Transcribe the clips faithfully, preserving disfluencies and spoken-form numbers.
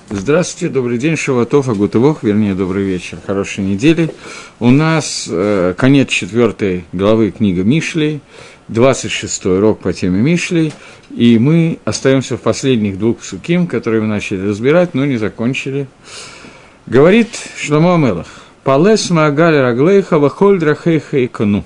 Здравствуйте, добрый день, Шавуатов, Агутывох, вернее, добрый вечер, хорошей недели. У нас э, конец четвертой главы книги Мишлей, двадцать шестой урок по теме Мишлей, и мы остаемся в последних двух псуким, которые мы начали разбирать, но не закончили. Говорит Шломо ха-Мелех: «Палес маагаль раглейха вахоль драхейха икону».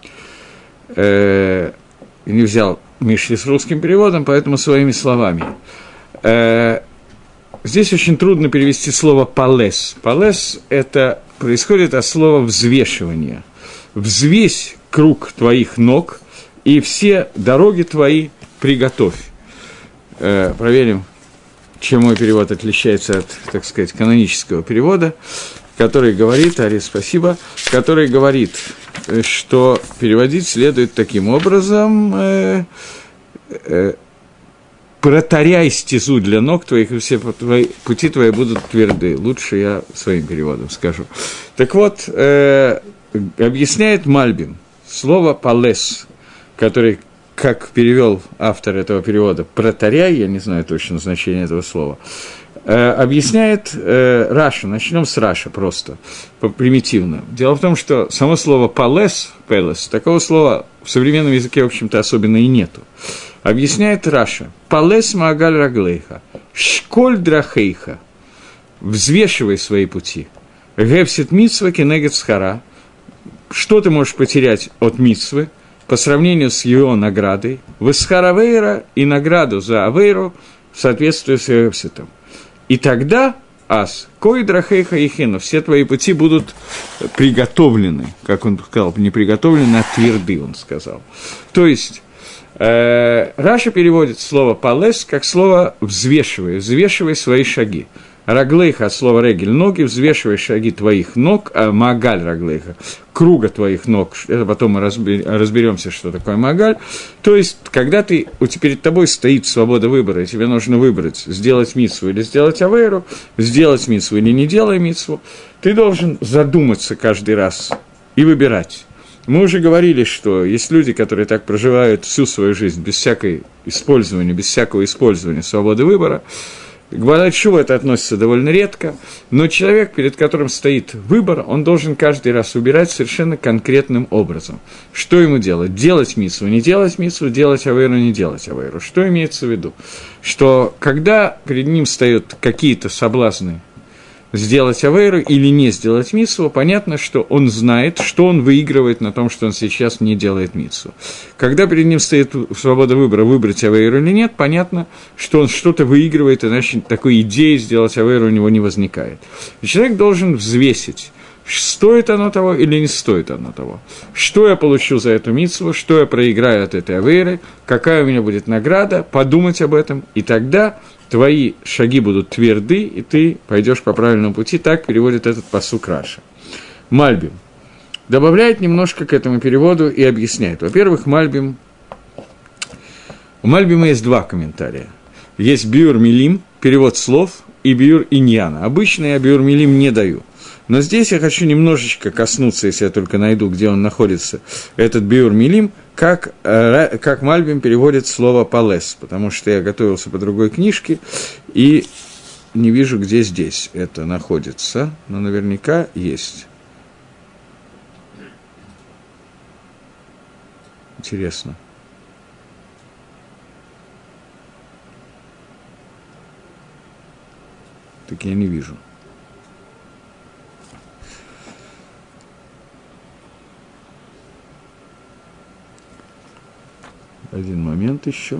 Не взял Мишли с русским переводом, поэтому своими словами. Э, Здесь очень трудно перевести слово «палес». «Палес» – это происходит от слова «взвешивание». «Взвесь круг твоих ног, и все дороги твои приготовь». Э, проверим, чем мой перевод отличается от, так сказать, канонического перевода, который говорит, Ари, спасибо, который говорит, что переводить следует таким образом э, э, «Протаряй стезу для ног твоих, и все твои, пути твои будут тверды». Лучше я своим переводом скажу. Так вот, э, объясняет Мальбим слово «палес», который, как перевел автор этого перевода, «протаряй», я не знаю точно значение этого слова, э, объясняет э, Раша. Начнем с Раша просто, примитивно. Дело в том, что само слово «палес», «пелес», такого слова в современном языке, в общем-то, особенно и нету. Объясняет Раша: «Палес маагаль раглейха, школь драхейха, взвешивай свои пути, гефсит митсва кенегет схара». Что ты можешь потерять от митсвы по сравнению с его наградой, высхар авейра, и награду за авейру в соответствии с гефситом. И тогда, ас, кой драхейха ехину, все твои пути будут приготовлены, как он сказал, не приготовлены, а тверды, он сказал. То есть, Раша переводит слово «палес» как слово «взвешивай», «взвешивай свои шаги». Раглейха от слова «регель» – ноги, взвешивай шаги твоих ног, а магаль раглейха – круга твоих ног. Это потом мы разберемся, что такое магаль. То есть, когда ты, у тебя перед тобой стоит свобода выбора, и тебе нужно выбрать, сделать мицву или сделать авейру, сделать мицву или не делай мицву, ты должен задуматься каждый раз и выбирать. Мы уже говорили, что есть люди, которые так проживают всю свою жизнь без всякой использования, без всякого использования свободы выбора. К бааль тшува это относится довольно редко, но человек, перед которым стоит выбор, он должен каждый раз выбирать совершенно конкретным образом. Что ему делать? Делать мицву, не делать мицву, делать авейру, не делать авейру. Что имеется в виду? Что когда перед ним встают какие-то соблазны, сделать авейру или не сделать мицву, понятно, что он знает, что он выигрывает на том, что он сейчас не делает мицву. Когда перед ним стоит свобода выбора, выбрать авейру или нет, понятно, что он что-то выигрывает, иначе такой идеи сделать авейру у него не возникает. И человек должен взвесить, стоит оно того или не стоит оно того. Что я получу за эту мицву, что я проиграю от этой авейры, какая у меня будет награда, подумать об этом, и тогда твои шаги будут тверды, и ты пойдешь по правильному пути. Так переводит этот пасук Раша. Мальбим добавляет немножко к этому переводу и объясняет. Во-первых, Мальбим... У Мальбима есть два комментария. Есть биур милим, перевод слов, и биур иньяна. Обычно я биур милим не даю. Но здесь я хочу немножечко коснуться, если я только найду, где он находится, этот биур милим, как, э, как Мальбим переводит слово «палес», потому что я готовился по другой книжке и не вижу, где здесь это находится, но наверняка есть. Интересно. Так я не вижу. Один момент еще.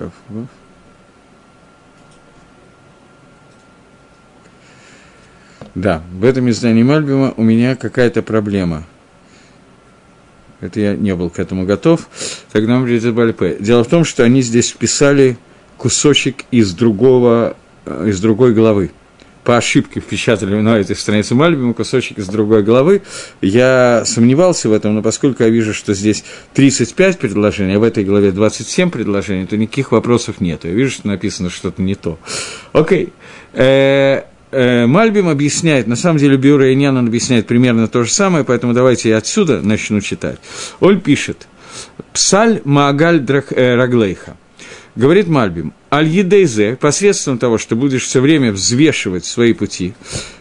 Да, в этом издании Мальбима у меня какая-то проблема. Это я не был к этому готов. Тогда мы придется Бальпе. Дело в том, что они здесь вписали кусочек из другого, из другой главы. По ошибке впечатали на этой странице Мальбима кусочек из другой главы. Я сомневался в этом, но поскольку я вижу, что здесь тридцать пять предложений, а в этой главе двадцать семь предложений, то никаких вопросов нет. Я вижу, что написано что-то не то. Окей. Мальбим объясняет, на самом деле биур иньян он объясняет примерно то же самое, поэтому давайте я отсюда начну читать. Оль пишет: «Псаль маагаль раглейха». говорит Мальбим, аль-едейзе, посредством того, что будешь все время взвешивать свои пути,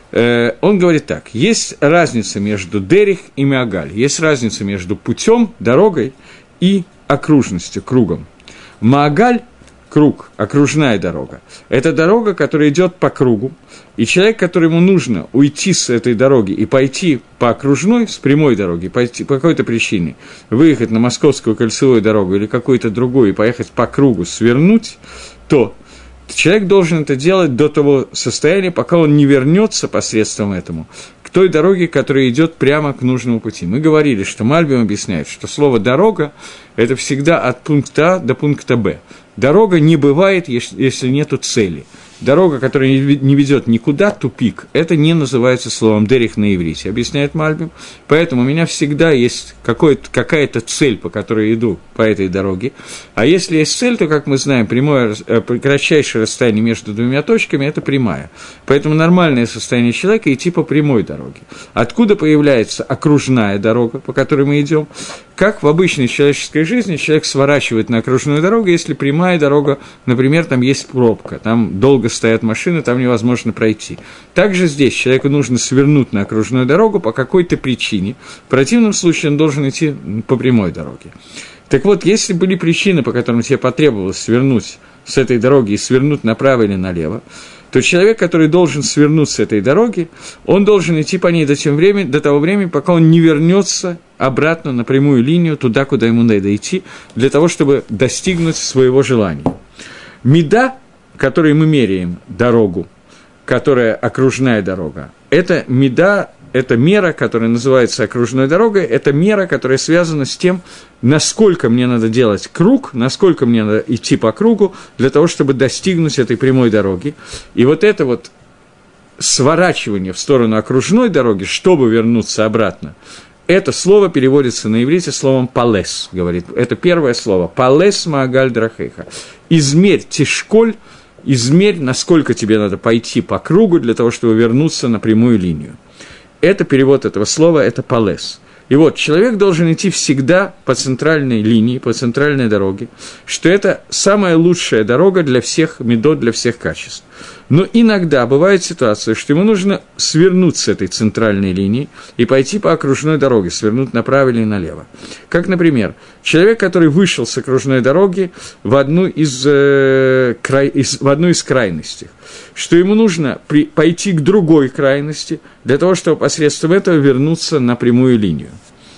э, он говорит так, есть разница между дерих и меагаль, есть разница между путем, дорогой и окружностью, кругом. Маагаль – круг, окружная дорога. Это дорога, которая идет по кругу, и человек, которому нужно уйти с этой дороги и пойти по окружной, с прямой дороги, пойти по какой-то причине, выехать на Московскую кольцевую дорогу или какую-то другую и поехать по кругу, свернуть, то человек должен это делать до того состояния, пока он не вернется посредством этому к той дороге, которая идет прямо к нужному пути. Мы говорили, что Мальбим объясняет, что слово «дорога» – это всегда от пункта А до пункта Б. Дорога не бывает, если нету цели. Дорога, которая не ведет никуда, тупик, это не называется словом «дерих» на иврите, объясняет Мальбим. Поэтому у меня всегда есть какая-то цель, по которой я иду по этой дороге. А если есть цель, то, как мы знаем, прямое, кратчайшее расстояние между двумя точками – это прямая. Поэтому нормальное состояние человека – идти по прямой дороге. Откуда появляется окружная дорога, по которой мы идем? Как в обычной человеческой жизни человек сворачивает на окружную дорогу, если прямая дорога, например, там есть пробка, там долго стоят машины, там невозможно пройти. Также здесь человеку нужно свернуть на окружную дорогу по какой-то причине, в противном случае он должен идти по прямой дороге. Так вот, если были причины, по которым тебе потребовалось свернуть с этой дороги и свернуть направо или налево, то человек, который должен свернуть с этой дороги, он должен идти по ней до, тем времени, до того времени, пока он не вернется обратно на прямую линию, туда, куда ему надо идти, для того, чтобы достигнуть своего желания. Мида, которой мы меряем дорогу, которая окружная дорога, это мида, это мера, которая называется окружной дорогой, это мера, которая связана с тем, насколько мне надо делать круг, насколько мне надо идти по кругу для того, чтобы достигнуть этой прямой дороги. И вот это вот сворачивание в сторону окружной дороги, чтобы вернуться обратно, это слово переводится на иврите словом «палес», говорит. Это первое слово. «Палес маагаль драхейха». «Измерь тишколь», измерь, насколько тебе надо пойти по кругу для того, чтобы вернуться на прямую линию. Это перевод этого слова, это «палес». И вот человек должен идти всегда по центральной линии, по центральной дороге, что это самая лучшая дорога для всех медот, для всех качеств. Но иногда бывает ситуация, что ему нужно свернуть с этой центральной линии и пойти по окружной дороге, свернуть направо или налево. Как, например, человек, который вышел с окружной дороги в одну из, э, край, из, в одну из крайностей, что ему нужно при, пойти к другой крайности для того, чтобы посредством этого вернуться на прямую линию.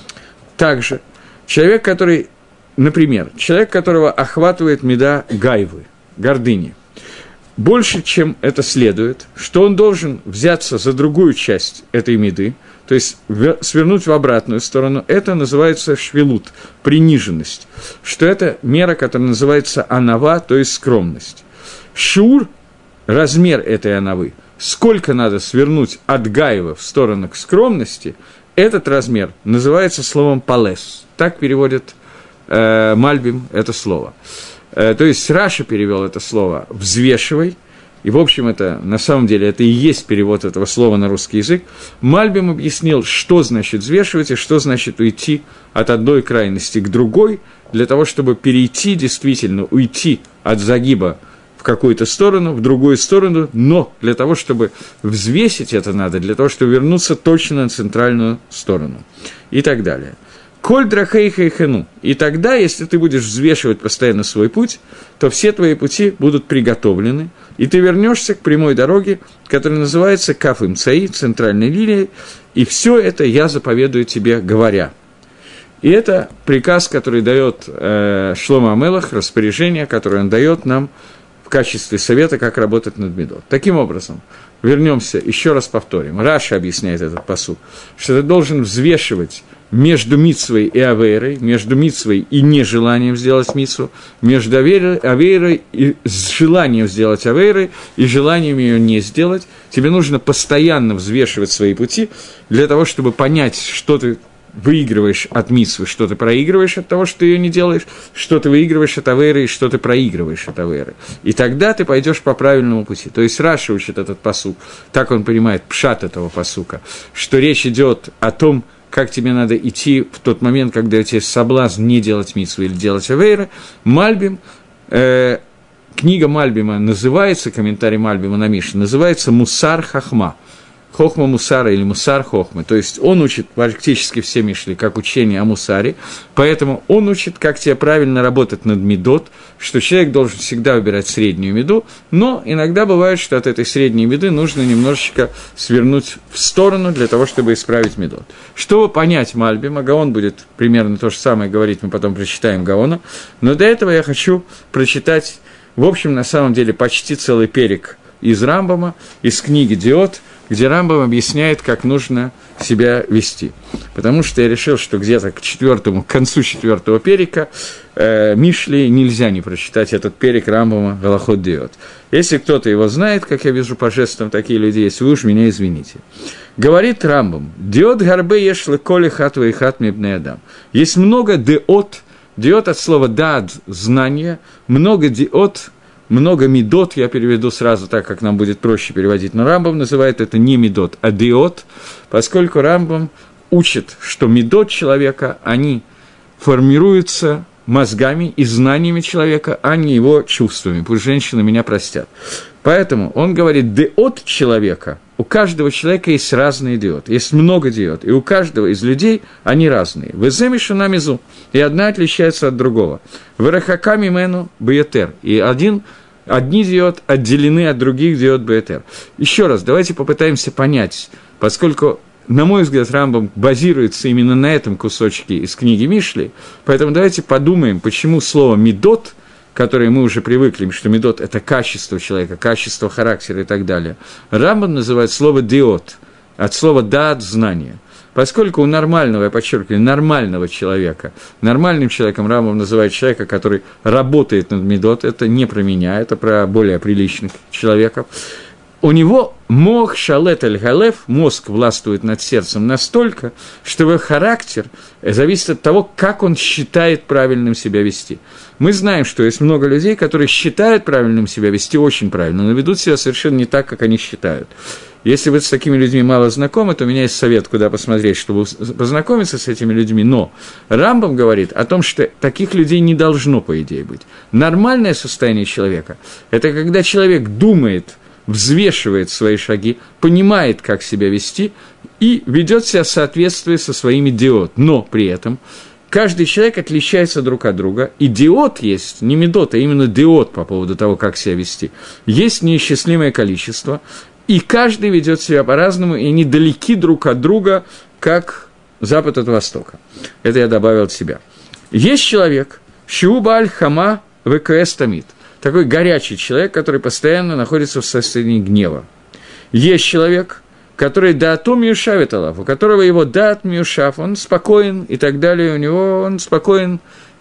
Также человек, который, например, человек, которого охватывает меда гайвы, гордыни, больше, чем это следует, что он должен взяться за другую часть этой меды, то есть свернуть в обратную сторону, это называется швилут, приниженность, что это мера, которая называется анава, то есть скромность. Шур, размер этой анавы, сколько надо свернуть от гаева в сторону к скромности, этот размер называется словом «палес». Так переводит э, Мальбим это слово. То есть Раши перевел это слово «взвешивай», и, в общем, это, на самом деле, это и есть перевод этого слова на русский язык. Мальбим объяснил, что значит «взвешивать» и что значит уйти от одной крайности к другой, для того, чтобы перейти, действительно, уйти от загиба в какую-то сторону, в другую сторону, но для того, чтобы взвесить это надо, для того, чтобы вернуться точно на центральную сторону и так далее. «Коль драхейха и хену». И тогда, если ты будешь взвешивать постоянно свой путь, то все твои пути будут приготовлены, и ты вернешься к прямой дороге, которая называется Каф Имцаи, центральной линией, и все это я заповедую тебе, говоря. И это приказ, который дает э, Шломо ха-Мелех, распоряжение, которое он дает нам в качестве совета, как работать над медот. Таким образом, вернемся, еще раз повторим. Раша объясняет этот пасук, что ты должен взвешивать между мицвой и авейрой, между мицвой и нежеланием сделать мицву, между авейрой и желанием сделать авейрой и желанием ее не сделать. Тебе нужно постоянно взвешивать свои пути для того, чтобы понять, что ты выигрываешь от мицвы, что ты проигрываешь от того, что ты ее не делаешь, что ты выигрываешь от авейры и что ты проигрываешь от авейры. И тогда ты пойдешь по правильному пути. То есть Раши учит этот пасук, так он понимает пшат этого пасука, что речь идет о том, как тебе надо идти в тот момент, когда у тебя есть соблазн не делать мицву или делать авейры. Мальбим э, книга Мальбима называется, комментарий Мальбима на Мишну, называется «Мусар Хахма». Хохма Мусара или Мусар Хохмы. То есть он учит практически все Мишли как учение о Мусаре, поэтому он учит, как тебе правильно работать над медот, что человек должен всегда выбирать среднюю меду, но иногда бывает, что от этой средней меды нужно немножечко свернуть в сторону для того, чтобы исправить медот. Чтобы понять Мальбима, Гаон будет примерно то же самое говорить, мы потом прочитаем Гаона, но до этого я хочу прочитать, в общем, на самом деле, почти целый перек из Рамбама, из книги «Диот», где Рамбам объясняет, как нужно себя вести. Потому что я решил, что где-то к четвертому, к концу четвертого перика э, Мишли нельзя не прочитать этот перик Рамбама «Галахот Диот». Если кто-то его знает, как я вижу по жестам, такие люди есть, вы уж меня извините. Говорит Рамбам: «Диот гарбе ешлы коли хатва и хат мибней адам». Есть много диот, диот от слова дад – знание, много диот – много медот, я переведу сразу так, как нам будет проще переводить, но Рамбам называет это не медот, а диот, поскольку Рамбам учит, что медот человека, они формируются мозгами и знаниями человека, а не его чувствами. Пусть женщины меня простят. Поэтому он говорит, диот человека, у каждого человека есть разные диоты, есть много диот, и у каждого из людей они разные. «Веземишу намизу», и одна отличается от другого. «Верахака мимену бьетер», и один... Одни диод отделены от других диод бетер. Еще раз, давайте попытаемся понять, поскольку, на мой взгляд, Рамбам базируется именно на этом кусочке из книги Мишли, поэтому давайте подумаем, почему слово «медот», которое мы уже привыкли, что медот – это качество человека, качество характера и так далее, Рамбам называет слово «диот», от слова «дат» – «знание». Поскольку у нормального, я подчеркиваю, нормального человека, нормальным человеком Рамбам называет человека, который работает над медот, это не про меня, это про более приличных человеков, у него мох шалет аль-галев, мозг властвует над сердцем настолько, что его характер зависит от того, как он считает правильным себя вести. Мы знаем, что есть много людей, которые считают правильным себя вести очень правильно, но ведут себя совершенно не так, как они считают. Если вы с такими людьми мало знакомы, то у меня есть совет, куда посмотреть, чтобы познакомиться с этими людьми. Но Рамбам говорит о том, что таких людей не должно, по идее, быть. Нормальное состояние человека – это когда человек думает, взвешивает свои шаги, понимает, как себя вести, и ведет себя в соответствии со своими диот. Но при этом каждый человек отличается друг от друга, и диот есть, не медот, а именно диот по поводу того, как себя вести. Есть неисчислимое количество, и каждый ведет себя по-разному, и они далеки друг от друга, как запад от востока. Это я добавил от себя. Есть человек, шиуба аль-хама вкс тамид, такой горячий человек, который постоянно находится в состоянии гнева. Есть человек, который даату миушавит Аллах, у которого его даат миушав, он спокоен и так далее, у него он спокоен,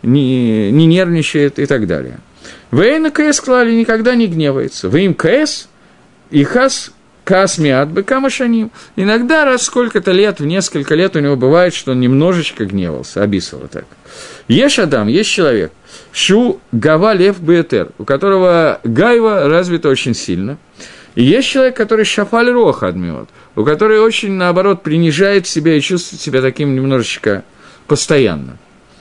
не, не нервничает и так далее. Вейна кс клали никогда не гневается. Вейм кс и хас кас миат бекама шаним. Иногда раз сколько-то лет, в несколько лет у него бывает, что он немножечко гневался, обисало так. Ешь Адам, есть человек, шу гава лев бетер, у которого гайва развита очень сильно. И есть человек, который шафаль роха адмиот, у которого очень, наоборот, принижает себя и чувствует себя таким немножечко постоянно.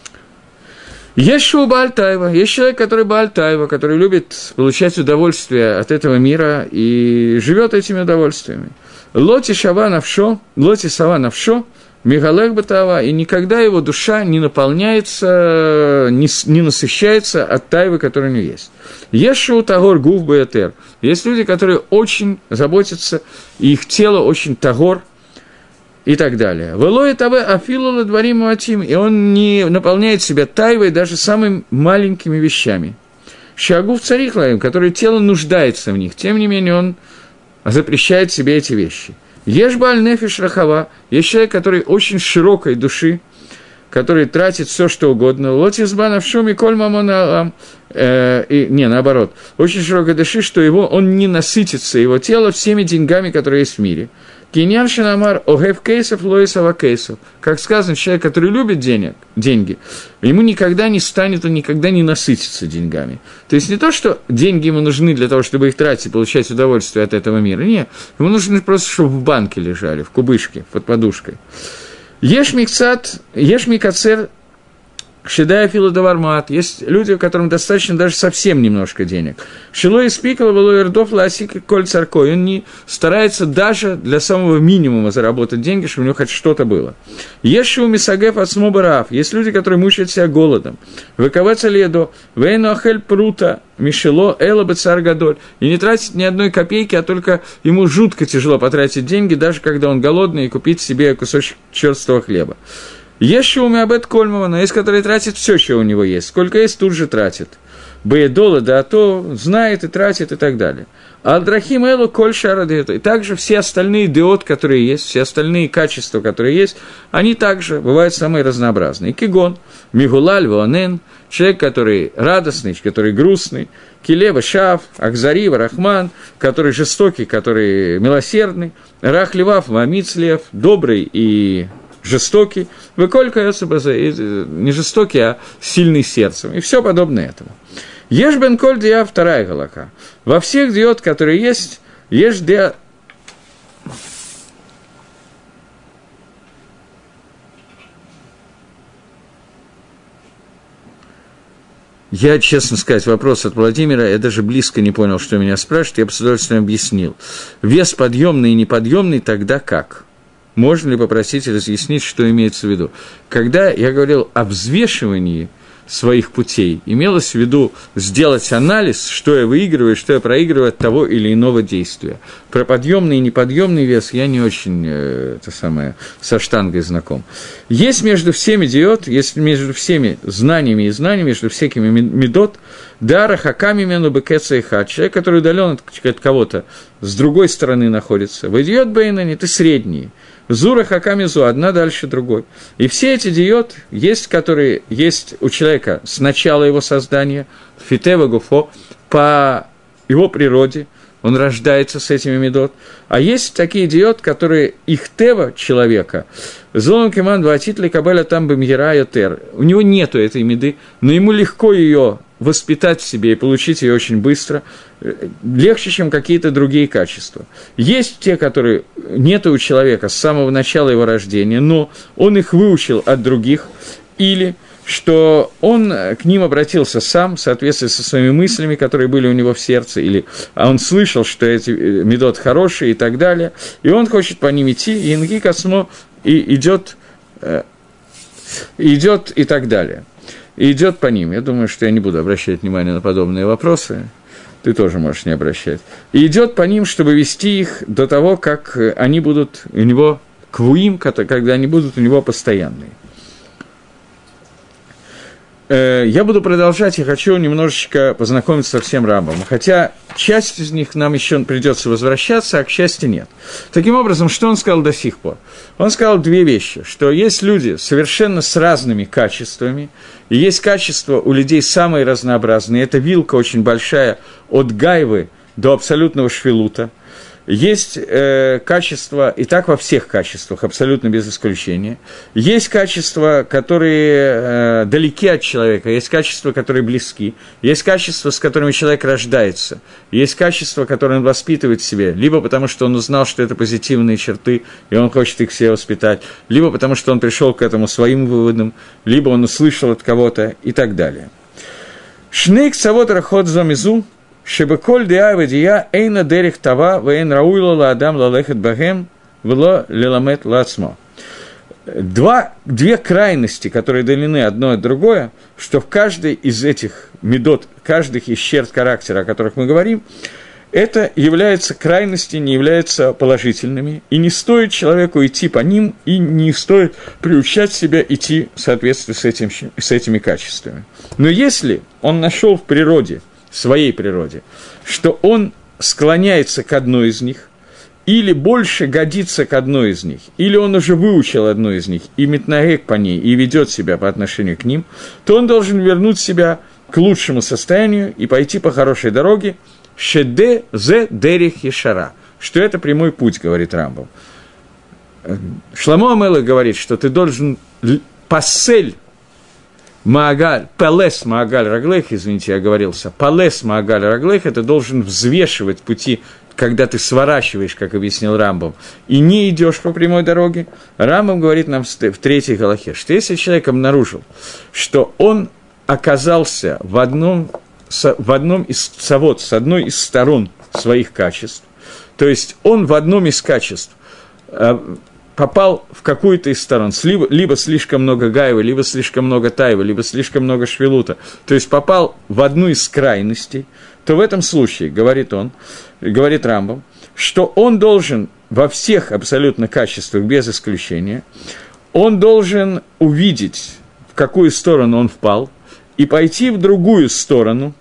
Есть шу Баальтаева, есть человек, который Баальтаева, который любит получать удовольствие от этого мира и живет этими удовольствиями. Лоти шава навшо, лоти сава навшо, мигалех батава, и никогда его душа не наполняется, не, не насыщается от тайвы, которая у него есть. Есть шу тагор гуф баэтер, есть люди, которые очень заботятся, и их тело очень тагор, и так далее. «Велой табе афилу дворим матим», и он не наполняет себя тайвой даже самыми маленькими вещами. «Шагув царихлаем», который тело нуждается в них, тем не менее он запрещает себе эти вещи. «Еш баль нефиш рахава», есть человек, который очень широкой души, который тратит все, что угодно. «Лотис банав шуми коль мамон алам», и, не, наоборот, очень широкой души, что его, он не насытится, его тело, всеми деньгами, которые есть в мире. Киньян Шинамар Огев Кейсов Лоисова Кейсов. Как сказано, человек, который любит денег, деньги, ему никогда не станет, он никогда не насытится деньгами. То есть не то, что деньги ему нужны для того, чтобы их тратить и получать удовольствие от этого мира. Нет, ему нужно просто, чтобы в банке лежали, в кубышке, под подушкой. Еш Микцат, Еш Микацер Кшедая филодовармат. Есть люди, которым достаточно даже совсем немножко денег. Шилой испикал, было ирдов ласик коль царкой. Он не старается даже для самого минимума заработать деньги, чтобы у него хоть что-то было. Есть у мисагеф от смобарав. Есть люди, которые мучают себя голодом. Выковаться ледо. Вейну ахель прута. Мишело эла бы царь гадоль. И не тратить ни одной копейки, а только ему жутко тяжело потратить деньги, даже когда он голодный, и купить себе кусочек черствого хлеба. Есть шуми абет кольмова, но есть, который тратит все, что у него есть. Сколько есть, тут же тратит. Беедола, да, то знает и тратит и так далее. Алдрахим элу коль шарадета. И также все остальные деот, которые есть, все остальные качества, которые есть, они также бывают самые разнообразные. Кигон, мигулаль, вуанен, человек, который радостный, который грустный, килева, шав, ахзари, варахман, который жестокий, который милосердный, рахливав, вамицлев, добрый и жестокий, выколька не жестокий, а сильный сердцем, и все подобное этому. Ешь бен коль дия вторая галака. Во всех диод, которые есть, ешь дия... Я, честно сказать, вопрос от Владимира, я даже близко не понял, что меня спрашивают, я бы с удовольствием объяснил. Вес подъемный и неподъемный, тогда как? Можно ли попросить разъяснить, что имеется в виду? Когда я говорил о взвешивании своих путей, имелось в виду сделать анализ, что я выигрываю, что я проигрываю от того или иного действия. Про подъемный и неподъемный вес я не очень э, это самое, со штангой знаком. Есть между всеми диод, есть между всеми знаниями и знаниями, между всякими медот, дара хаками мену бекеца и хат, человек, который удален от, от кого-то, с другой стороны находится. Выйдет бейнани, ты средний. Зура хакамизу, одна дальше другой. И все эти диод есть, которые есть у человека с начала его создания, фитева гуфо, по его природе, он рождается с этими медот. А есть такие диод, которые их тева человека, злом кеман ватитли кабеля там бемьера йотер. У него нету этой меды, но ему легко ее воспитать в себе и получить ее очень быстро, легче, чем какие-то другие качества. Есть те, которые нету у человека с самого начала его рождения, но он их выучил от других, или что он к ним обратился сам, в соответствии со своими мыслями, которые были у него в сердце, или он слышал, что эти медот хорошие и так далее, и он хочет по ним идти, и инги космо и идет, идет и так далее. И идет по ним. Я думаю, что я не буду обращать внимание на подобные вопросы. Ты тоже можешь не обращать. И идет по ним, чтобы вести их до того, как они будут у него квуим, когда они будут у него постоянные. Я буду продолжать, я хочу немножечко познакомиться со всем Рамбом. Хотя часть из них нам еще придется возвращаться, а к счастью нет. Таким образом, что он сказал до сих пор? Он сказал две вещи, что есть люди совершенно с разными качествами, и есть качества у людей самые разнообразные. Это вилка очень большая от гайвы до абсолютного швилута. Есть э, качества, и так во всех качествах, абсолютно без исключения. Есть качества, которые э, далеки от человека, есть качества, которые близки, есть качества, с которыми человек рождается, есть качества, которые он воспитывает в себе, либо потому, что он узнал, что это позитивные черты, и он хочет их все воспитать, либо потому, что он пришел к этому своим выводам, либо он услышал от кого-то и так далее. Шнейк савотер ход зомизу, Шебеколь диава дия эйна дерих тава вейн рауила ла адам лалехет багем вло леламет лацмо. Два, две крайности, которые удалены одно от другое, что в каждой из этих медот, каждых из черт характера, о которых мы говорим, это является крайности, не являются положительными, и не стоит человеку идти по ним, и не стоит приучать себя идти в соответствии с, этим, с этими качествами. Но если он нашел в природе, в своей природе, что он склоняется к одной из них, или больше годится к одной из них, или он уже выучил одну из них, и метнаек по ней, и ведет себя по отношению к ним, то он должен вернуть себя к лучшему состоянию и пойти по хорошей дороге, шеде зе дерих ешара, что это прямой путь, говорит Рамбам. Шламо Амелех говорит, что ты должен пасель Маагаль, палес маагаль раглех, извините, я оговорился, палес маагаль раглех, это должен взвешивать пути, когда ты сворачиваешь, как объяснил Рамбам, и не идешь по прямой дороге. Рамбам говорит нам в третьей галахе, что если человек обнаружил, что он оказался в одном, в одном из цавот, с одной из сторон своих качеств, то есть он в одном из качеств попал в какую-то из сторон, либо, либо слишком много гаева, либо слишком много таева, либо слишком много швелута, то есть попал в одну из крайностей, то в этом случае, говорит он, говорит Рамбам, что он должен во всех абсолютно качествах, без исключения, он должен увидеть, в какую сторону он впал, и пойти в другую сторону.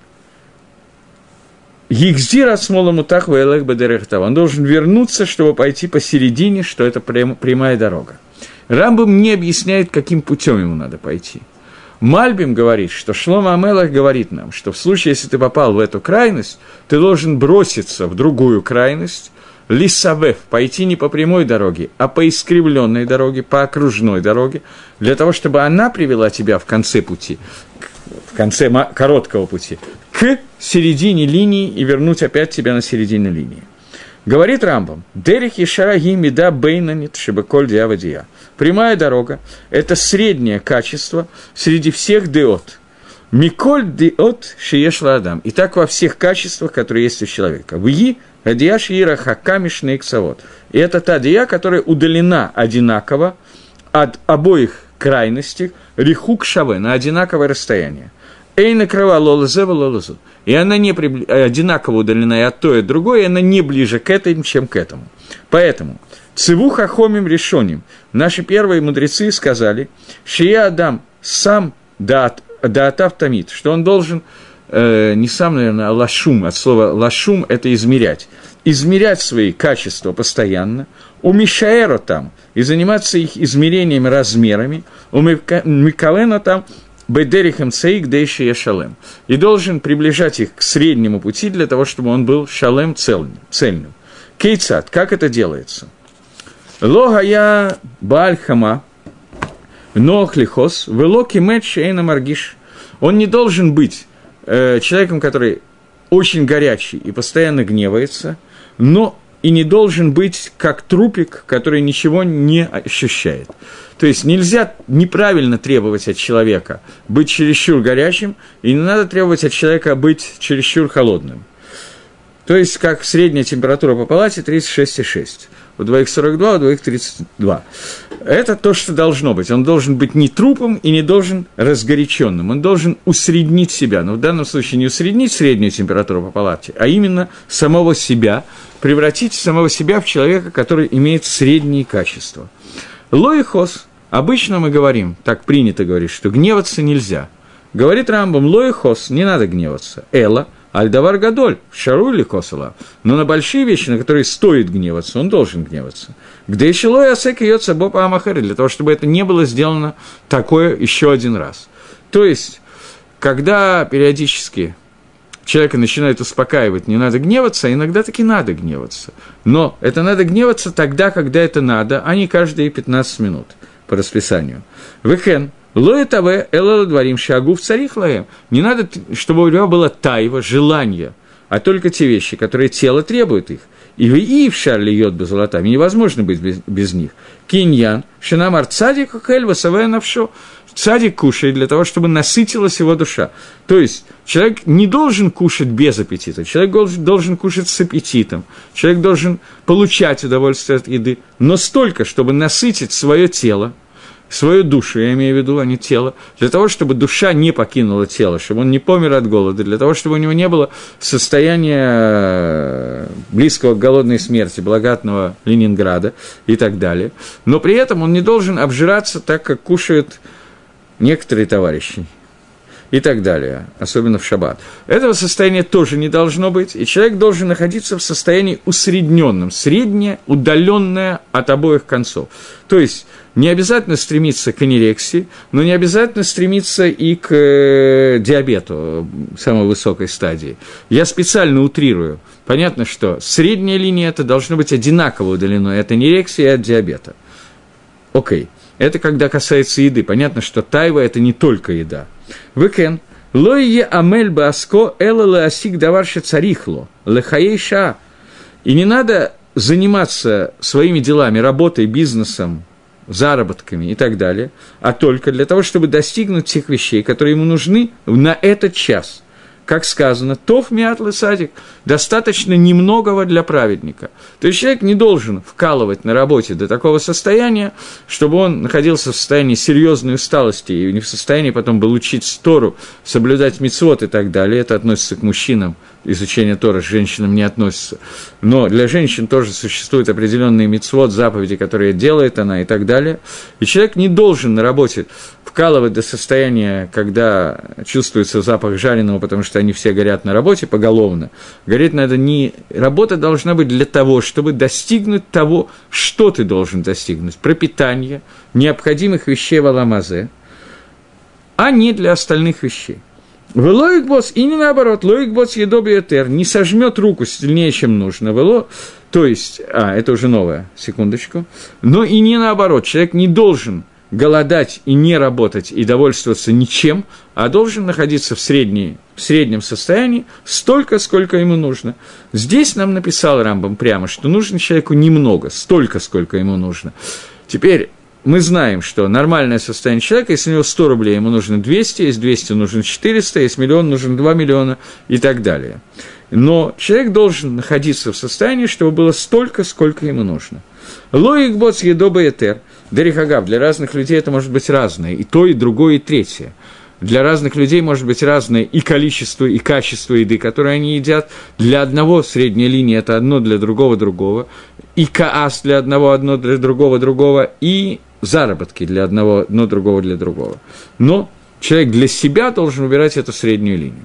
Егздир от смолому так вэлэх бадерехтав. Он должен вернуться, чтобы пойти посередине, что это прямая дорога. Рамбам не объясняет, каким путем ему надо пойти. Мальбим говорит, что Шломо а-Мелех говорит нам, что в случае, если ты попал в эту крайность, ты должен броситься в другую крайность, лисавеф, пойти не по прямой дороге, а по искривленной дороге, по окружной дороге, для того, чтобы она привела тебя в конце пути, в конце короткого пути, к середине линии и вернуть опять тебя на середину линии. Говорит Рамбам, «Дерих ешараги мида бейнанит шебеколь диавадия». Прямая дорога – это среднее качество среди всех деот. «Миколь диот шиешла адам». И так во всех качествах, которые есть у человека. «Вьи адия шиира хакамиш нейксавод». И это та дия, которая удалена одинаково от обоих крайностей, рихук шаве, на одинаковое расстояние. Эйна крова лолазева лолазу. И она не прибли... одинаково удалена и от той, и от другой, и она не ближе к этому, чем к этому. Поэтому циву хахомим решоним. Наши первые мудрецы сказали, шия адам сам даатав тамид, что он должен, э, не сам, наверное, а лашум, от слова лашум – это измерять. Измерять свои качества постоянно, у мишаэро там, и заниматься их измерениями, размерами, у микалена там, бэдерихем цейк дэйши я шалем. И должен приближать их к среднему пути для того, чтобы он был шалем цельным. Кейцат, как это делается? Лога я бааль хама, нох лихос, вело кимет шейна маргиш. Он не должен быть э, человеком, который очень горячий и постоянно гневается, но и не должен быть как трупик, который ничего не ощущает. То есть нельзя неправильно требовать от человека быть чересчур горячим, и не надо требовать от человека быть чересчур холодным. То есть, как средняя температура по палате тридцать шесть и шесть. У двоих сорок два, у двоих тридцать два. Это то, что должно быть. Он должен быть не трупом и не должен разгоряченным. Он должен усреднить себя. Но в данном случае не усреднить среднюю температуру по палате, а именно самого себя, превратить самого себя в человека, который имеет средние качества. Лоихос. Обычно мы говорим, так принято говорить, что гневаться нельзя. Говорит Рамбам, лоихос, не надо гневаться. Эла. Альдавар гадоль, шару или косала. Но на большие вещи, на которые стоит гневаться, он должен гневаться. Где еще лой асек ее цабопа амахери, для того, чтобы это не было сделано такое еще один раз. То есть, когда периодически человека начинает успокаивать, не надо гневаться, а иногда таки надо гневаться. Но это надо гневаться тогда, когда это надо, а не каждые пятнадцать минут по расписанию. Вехен. Лоэтаве элэладварим шагу в царих лаем. Не надо, чтобы у него было тайва, желание, а только те вещи, которые тело требует их. И и в шарле йод без золотами невозможно быть без, без них. Киньян, шинамар цадик, хэльва савэ навшо. Цадик кушает для того, чтобы насытилась его душа. То есть человек не должен кушать без аппетита, человек должен, должен кушать с аппетитом, человек должен получать удовольствие от еды, но столько, чтобы насытить свое тело, свою душу, я имею в виду, а не тело, для того, чтобы душа не покинула тело, чтобы он не помер от голода, для того, чтобы у него не было состояния близкого к голодной смерти, благодатного Ленинграда и так далее. Но при этом он не должен обжираться так, как кушают некоторые товарищи и так далее, особенно в шаббат. Этого состояния тоже не должно быть, и человек должен находиться в состоянии усредненном, среднее, удаленное от обоих концов. То есть не обязательно стремиться к анорексии, но не обязательно стремиться и к э, диабету самой высокой стадии. Я специально утрирую. Понятно, что средняя линия – это должно быть одинаково удалено от анорексии и от диабета. Окей. Это когда касается еды. Понятно, что тайва – это не только еда. Выкен. Лойе амель баско элэлэ асик даварша царихло. Лэхаей ша. И не надо заниматься своими делами, работой, бизнесом, заработками и так далее, а только для того, чтобы достигнуть тех вещей, которые ему нужны на этот час. Как сказано, «Тов миатлы садик» – достаточно немногого для праведника. То есть человек не должен вкалывать на работе до такого состояния, чтобы он находился в состоянии серьезной усталости и не в состоянии потом был учить Тору, соблюдать мицвот и так далее. Это относится к мужчинам, изучение Торы, к женщинам не относится. Но для женщин тоже существуют определенные мицвот, заповеди, которые делает она и так далее. И человек не должен на работе вкалывать до состояния, когда чувствуется запах жареного, потому что они все горят на работе поголовно. Гореть надо не... Работа должна быть для того, чтобы достигнуть того, что ты должен достигнуть. Пропитание необходимых вещей в аламазе, а не для остальных вещей. Вело икбос, и не наоборот, ло икбос едоби этер, не сожмет руку сильнее, чем нужно. Вело, то есть, а, это уже новое, секундочку. Но и не наоборот, человек не должен голодать и не работать, и довольствоваться ничем, а должен находиться в, средней, в среднем состоянии столько, сколько ему нужно. Здесь нам написал Рамбам прямо, что нужно человеку немного, столько, сколько ему нужно. Теперь мы знаем, что нормальное состояние человека, если у него сто рублей, ему нужно двести, если двести нужно четыреста, если миллион нужно два миллиона и так далее. Но человек должен находиться в состоянии, чтобы было столько, сколько ему нужно. Лоик боц едоба этер. Дерихагав, для разных людей это может быть разное, и то, и другое, и третье. Для разных людей может быть разное и количество, и качество еды, которую они едят. Для одного средняя линия – это одно, для другого – другого. И каас для одного – одно, для другого – другого. И заработки для одного – одно, другого – для другого. Но человек для себя должен выбирать эту среднюю линию.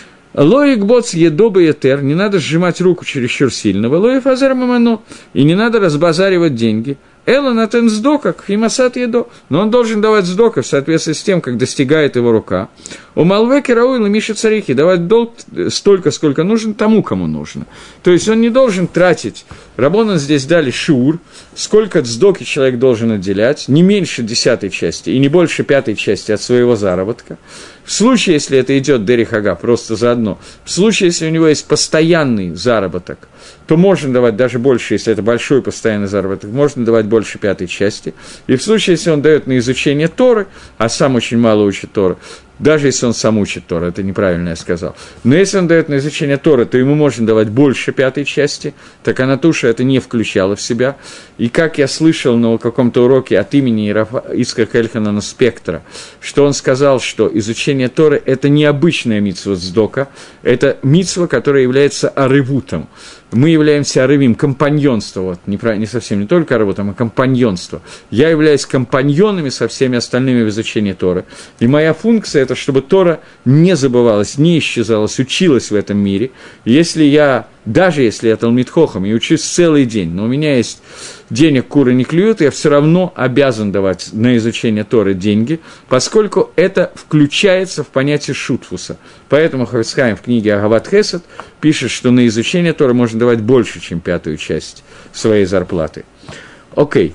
Лоик боц едоба этер, не надо сжимать руку чересчур сильно. Лоик фазер мамано, и не надо разбазаривать деньги. Эла натен сдока, кхимасат едо, но он должен давать сдока в соответствии с тем, как достигает его рука. У Малвеки Рауила Миши Царихи давать долг столько, сколько нужно тому, кому нужно. То есть он не должен тратить, Рабонан здесь дали шиур, сколько сдоки человек должен отделять, не меньше десятой части и не больше пятой части от своего заработка. В случае, если это идет дерихага, просто заодно, в случае, если у него есть постоянный заработок, то можно давать даже больше, если это большой постоянный заработок, можно давать больше пятой части. И в случае, если он дает на изучение Торы, а сам очень мало учит Торы, даже если он сам учит Тору, это неправильно я сказал. Но если он дает на изучение Торы, то ему можно давать больше пятой части, так Анатуша это не включала в себя. И как я слышал на каком-то уроке от имени Ицхака Эльханана Спектра, что он сказал, что изучение Торы – это необычная мицва цдока, это мицва, которая является арывутом. Мы являемся арывим, компаньонство, вот, не, не совсем не только арывутом, а компаньонство. Я являюсь компаньонами со всеми остальными в изучении Торы. И моя функция – это чтобы Тора не забывалась, не исчезалась, училась в этом мире. Если я, даже если я талмид хохам и учусь целый день, но у меня есть денег куры не клюют, я все равно обязан давать на изучение Торы деньги, поскольку это включается в понятие шутфуса. Поэтому Хафец Хаим в книге Агават Хесед пишет, что на изучение Торы можно давать больше, чем пятую часть своей зарплаты. Окей.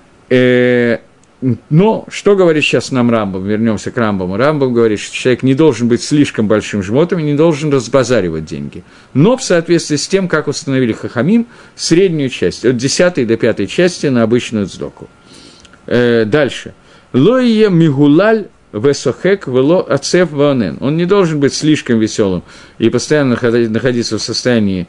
Э-э- но что говорит сейчас нам Рамбам? Вернемся к Рамбаму. Рамбам говорит, что человек не должен быть слишком большим жмотом и не должен разбазаривать деньги. Но в соответствии с тем, как установили Хахамим, среднюю часть, от десятой до пятой части на обычную цдоку. Э, дальше. Лоие мигулаль весохек вело ацеф ваонен. Он не должен быть слишком веселым и постоянно находиться в состоянии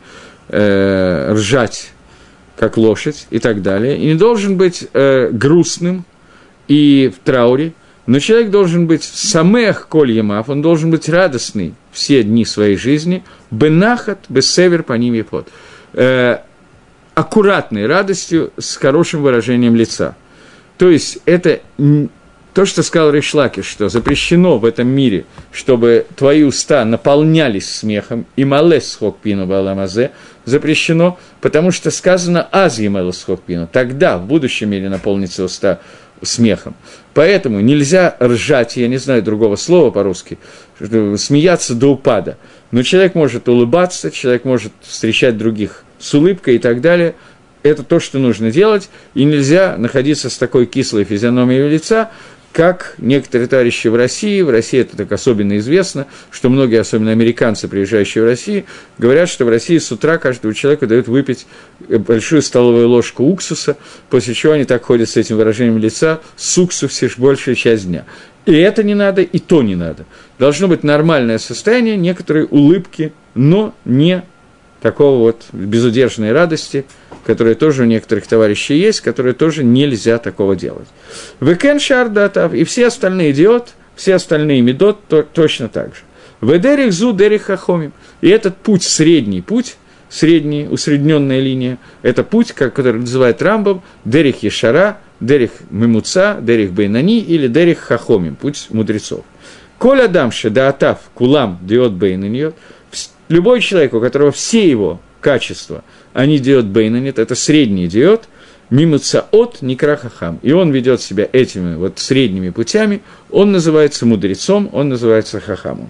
э, ржать, как лошадь и так далее. И не должен быть э, грустным и в трауре, но человек должен быть самех коль ямав, он должен быть радостный все дни своей жизни, бенахат, бессевер по ним епот, э, аккуратной радостью с хорошим выражением лица. То есть это то, что сказал Рейш Лакиш, что запрещено в этом мире, чтобы твои уста наполнялись смехом, и малес хокпину баламазе, запрещено, потому что сказано аз емелес хокпину, тогда в будущем мире наполнится уста смехом. Поэтому нельзя ржать, я не знаю другого слова по-русски, смеяться до упада. Но человек может улыбаться, человек может встречать других с улыбкой и так далее. это то, что нужно делать, и нельзя находиться с такой кислой физиономией лица, как некоторые товарищи в России, в России это так особенно известно, что многие, особенно американцы, приезжающие в Россию, говорят, что в России с утра каждому человеку дают выпить большую столовую ложку уксуса, после чего они так ходят с этим выражением лица, с уксусом большую часть дня. И это не надо, и то не надо. Должно быть нормальное состояние, некоторые улыбки, но не такого вот безудержной радости, которая тоже у некоторых товарищей есть, которые тоже нельзя такого делать. Векен шар датав, и все остальные идиот, все остальные медот то, точно так же. Ведерих зу дерих хахомим. И этот путь, средний путь, средний, усредненная линия, это путь, который называет Рамбам, дерих ешара, дерих мемуца, дерих бейнани или дерих хахомим, путь мудрецов. Коля дамше даатав кулам диот бейнаньот. Любой человек, у которого все его качества, они диот бейнанит, это средний диот, мимуца от никра хахам. И он ведет себя этими вот средними путями, он называется мудрецом, он называется хахамом.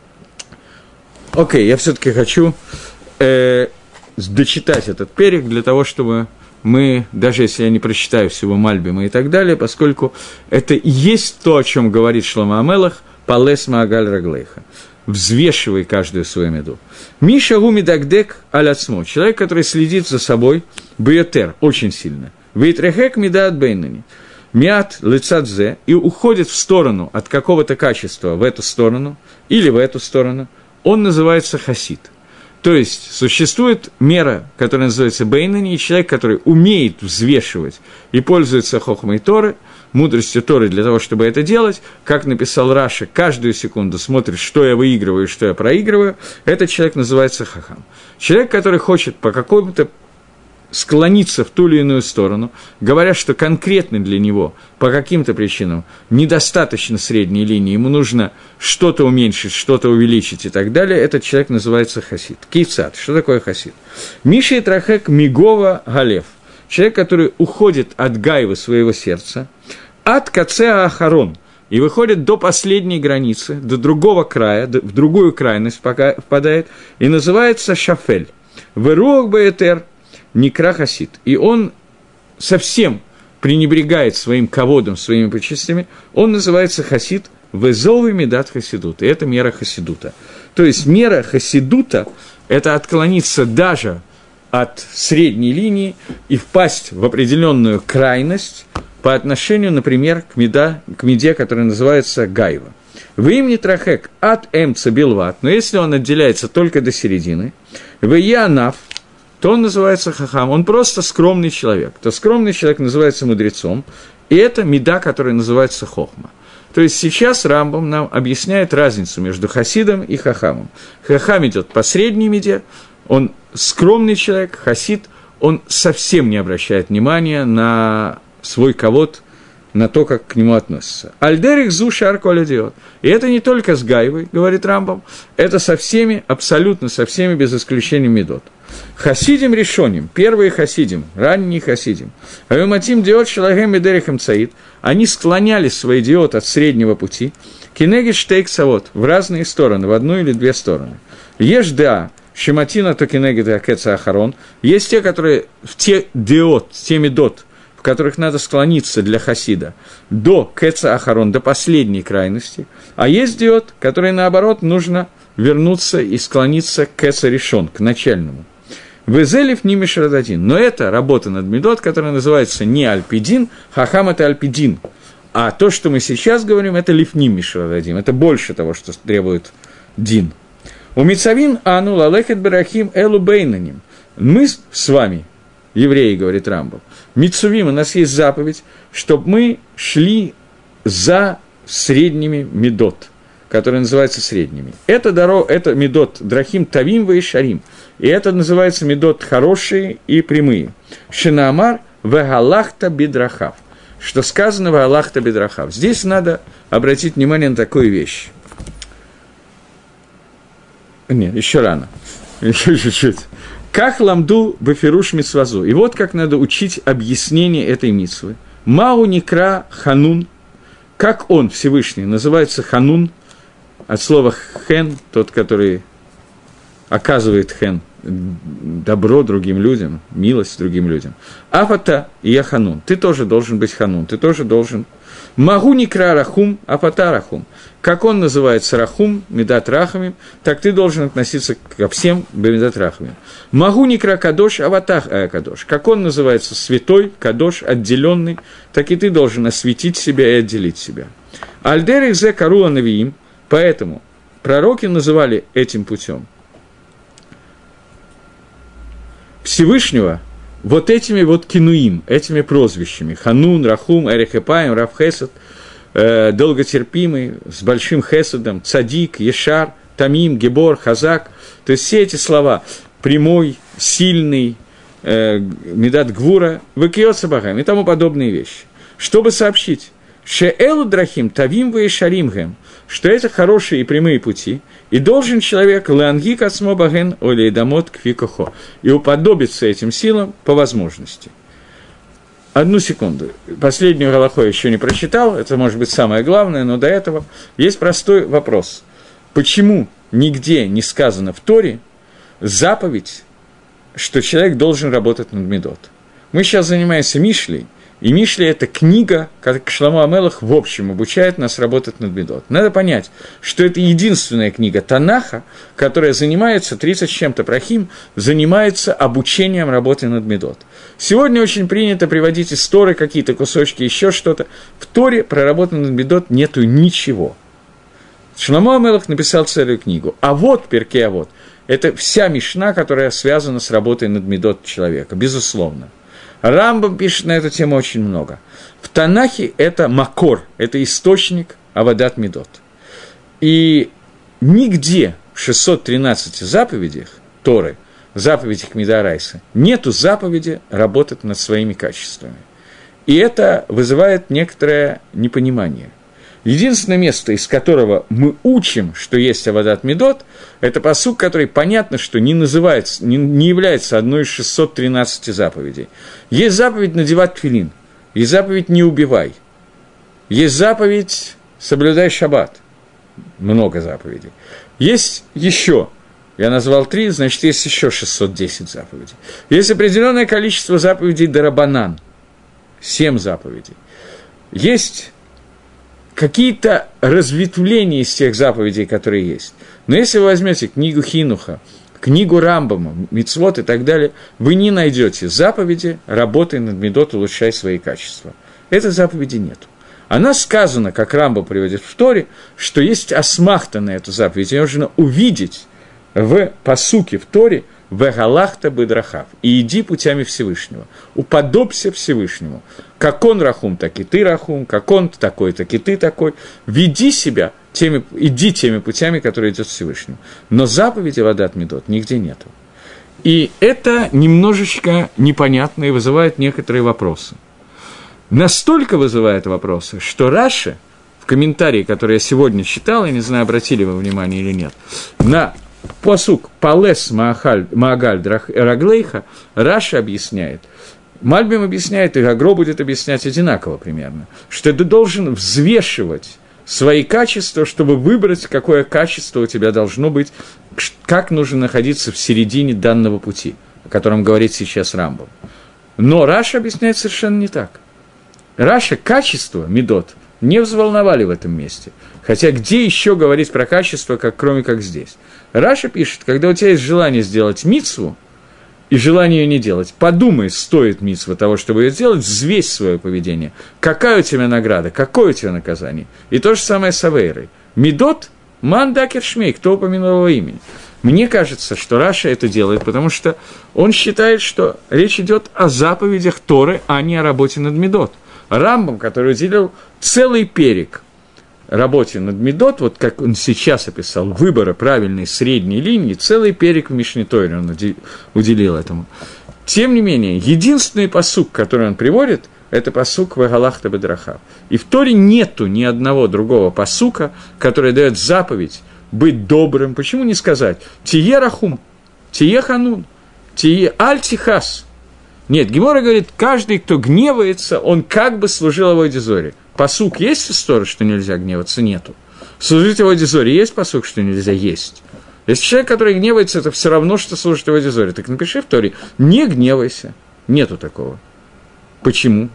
Окей, я все-таки хочу э, дочитать этот перек для того, чтобы мы, даже если я не прочитаю всего Мальбима и так далее, поскольку это и есть то, о чем говорит Шломо Амелах, палес маагаль раглейха. Взвешивай каждую свою меду. Миша гуми дагдек аляцмо. Человек, который следит за собой, бьетер, очень сильно. Вейтрехек медаат бейнани. Миат лицадзе. И уходит в сторону от какого-то качества в эту сторону или в эту сторону. Он называется хасид. То есть, существует мера, которая называется бейнани, и человек, который умеет взвешивать и пользуется хохмой Торы, мудростью Торы для того, чтобы это делать, как написал Раша, каждую секунду смотрит, что я выигрываю и что я проигрываю, этот человек называется хахам. Человек, который хочет по какому-то склониться в ту или иную сторону, говоря, что конкретно для него, по каким-то причинам, недостаточно средней линии, ему нужно что-то уменьшить, что-то увеличить и так далее, этот человек называется хасид. Кейцат. Что такое хасид? Миша и Трахек Мигова Галев. Человек, который уходит от гайвы своего сердца, от кацеа ахарон, и выходит до последней границы, до другого края, в другую крайность пока впадает, и называется шафель. Веруах баэтер никра хасид. И он совсем пренебрегает своим ководом, своими почестями, он называется хасид, везовый медат хасидут. И это мера хасидута. То есть мера хасидута – это отклониться даже от средней линии и впасть в определенную крайность по отношению, например, к, меда, к меде, которая называется гайва. В имени трахек от эмца билват, но если он отделяется только до середины, в янаф, то он называется хахам, он просто скромный человек. То скромный человек называется мудрецом, и это меда, которая называется хохма. То есть сейчас Рамбам нам объясняет разницу между хасидом и хахамом. Хахам идет по средней меде, он скромный человек, хасид, он совсем не обращает внимания на свой ковод, на то, как к нему относятся. Альдерих зу шар коля диот. И это не только с гайвой, говорит Рамбам, это со всеми, абсолютно со всеми, без исключения медот. Хасидим решоним, первые хасидим, ранние хасидим. Авиматим диот шалагем и дерихем цаид. Они склоняли свой диот от среднего пути. Кинеги штейк савот, в разные стороны, в одну или две стороны. Ешь да, шематина то кинеги да кеца ахарон. Есть те, которые в те диот, те медот, в которых надо склониться для хасида, до кеца ахарон, до последней крайности. А есть диот, которые, наоборот, нужно вернуться и склониться к кеца решон, к начальному. Везелев не мишрададин. Но это работа над медот, которая называется не альпидин, хахам – это альпидин. А то, что мы сейчас говорим, это лифним мишрададин. Это больше того, что требует дин. У мицавин ану лалехет берахим элу бейнаним. Мы с вами, евреи, говорит Рамбам, мицувим, у нас есть заповедь, чтобы мы шли за средними медот, которые называются средними. Это, даро, это медот драхим тавим ва ишарим. И это называется медот хорошие и прямые. Шинаамар вегалахта бидрахав. Что сказано вегалахта бидрахав. Здесь надо обратить внимание на такую вещь. Нет, еще рано. Еще чуть-чуть. Как ламду бефируш мицвазу. И вот как надо учить объяснение этой мицвы. Мау никра ханун. Как он, Всевышний, называется ханун. От слова хен, тот, который оказывает хен, добро другим людям, милость другим людям. Афата и я ханун. Ты тоже должен быть ханун, ты тоже должен... Магу никра рахум, афата рахум. Как он называется рахум, медат рахамим, так ты должен относиться ко всем медат рахамим. Магу никра кадош, аватах ая кадош. Как он называется святой, кадош, отделенный, так и ты должен осветить себя и отделить себя. Альдерих зе каруа навиим, поэтому пророки называли этим путем Всевышнего вот этими вот кинуим, этими прозвищами. Ханун, Рахум, Эрехепаим, Рав Хесед, э, долготерпимый, с большим хеседом, Цадик, Ешар, Тамим, Гебор, Хазак. То есть все эти слова прямой, сильный, э, Медат Гвура, Выкиот Сабахам и тому подобные вещи. Чтобы сообщить, Шеэлу Драхим, Тавим Ваишаримгем, что это хорошие и прямые пути, и должен человек ланги касмо баген олейдамот квикохо, и уподобиться этим силам по возможности. Одну секунду. Последнюю галаху я еще не прочитал, это может быть самое главное, но до этого есть простой вопрос. Почему нигде не сказано в Торе заповедь, что человек должен работать над Медот? Мы сейчас занимаемся Мишлей, и Мишли – это книга, как Шломо ха-Мелех в общем обучает нас работать над Медот. Надо понять, что это единственная книга Танаха, которая занимается, тридцать с чем-то прахим, занимается обучением работы над Медот. Сегодня очень принято приводить из Торы какие-то кусочки, еще что-то. В Торе про работу над Медот нету ничего. Шломо ха-Мелех написал целую книгу. А вот, Перкей Авот, это вся Мишна, которая связана с работой над Медот человека, безусловно. Рамбам пишет на эту тему очень много. В Танахе это макор, это источник авадат медот. И нигде в шестьсот тринадцати заповедях Торы, заповедях Мидарайса, нету заповеди работать над своими качествами. И это вызывает некоторое непонимание. Единственное место, из которого мы учим, что есть авадат медот, это пасук, который понятно, что не называется, не, не является одной из шестисот тринадцати заповедей. Есть заповедь надевать тфилин, есть заповедь не убивай, есть заповедь соблюдай шаббат, много заповедей. Есть еще, я назвал три, значит, есть еще шестьсот десять заповедей. Есть определенное количество заповедей дарабанан, семь заповедей. Есть какие-то разветвления из тех заповедей, которые есть. Но если вы возьмете книгу Хинуха, книгу Рамбама, Мицвот и так далее, вы не найдете заповеди «работай над медот, улучшай свои качества». Этой заповеди нет. Она сказана, как Рамбам приводит в Торе, что есть асмахта на эту заповедь. Ее нужно увидеть в пасуке в Торе «Вегалахта бедрахав» и иди путями Всевышнего, уподобься Всевышнему. Как он рахум, так и ты рахум, как он такой, так и ты такой. Веди себя, теми, иди теми путями, которые идет Всевышнему. Но заповеди авадат медот нигде нету. И это немножечко непонятно и вызывает некоторые вопросы. Настолько вызывает вопросы, что Раши, в комментарии, который я сегодня читал, я не знаю, обратили вы внимание или нет, на посук «Палес Маагаль Раглейха» Раши объясняет, Мальбим объясняет, и Гагро будет объяснять одинаково примерно, что ты должен взвешивать свои качества, чтобы выбрать, какое качество у тебя должно быть, как нужно находиться в середине данного пути, о котором говорит сейчас Рамбам. Но Раши объясняет совершенно не так. Раши качество, медот, не взволновали в этом месте. Хотя где еще говорить про качество, как, кроме как здесь? Раши пишет, когда у тебя есть желание сделать мицву, и желание ее не делать, подумай, стоит мицва того, чтобы ее сделать, взвесь свое поведение. Какая у тебя награда, какое у тебя наказание? И то же самое с авейрой. Медот, ман дакер шмей, кто упомянул его имени? Мне кажется, что Раши это делает, потому что он считает, что речь идет о заповедях Торы, а не о работе над медот. Рамбам, который уделил целый перек работе над медот, вот как он сейчас описал, выбора правильной средней линии, целый перек в Мишне Торе он уделил этому. Тем не менее, единственный пасук, который он приводит, это пасук «Вегалахта бедрахав». И в Торе нету ни одного другого пасука, который дает заповедь быть добрым. Почему не сказать «Тие рахум», «Тие ханун», «Тие аль-тихас». Нет, Гемора говорит, каждый, кто гневается, он как бы служил авойде зоре. Пасук есть в Торе, что нельзя гневаться? Нету. Служить авойде зоре есть пасук, что нельзя? Есть. Если человек, который гневается, это все равно, что служит его дизоре, так напиши в Торе, не гневайся. Нету такого. Почему?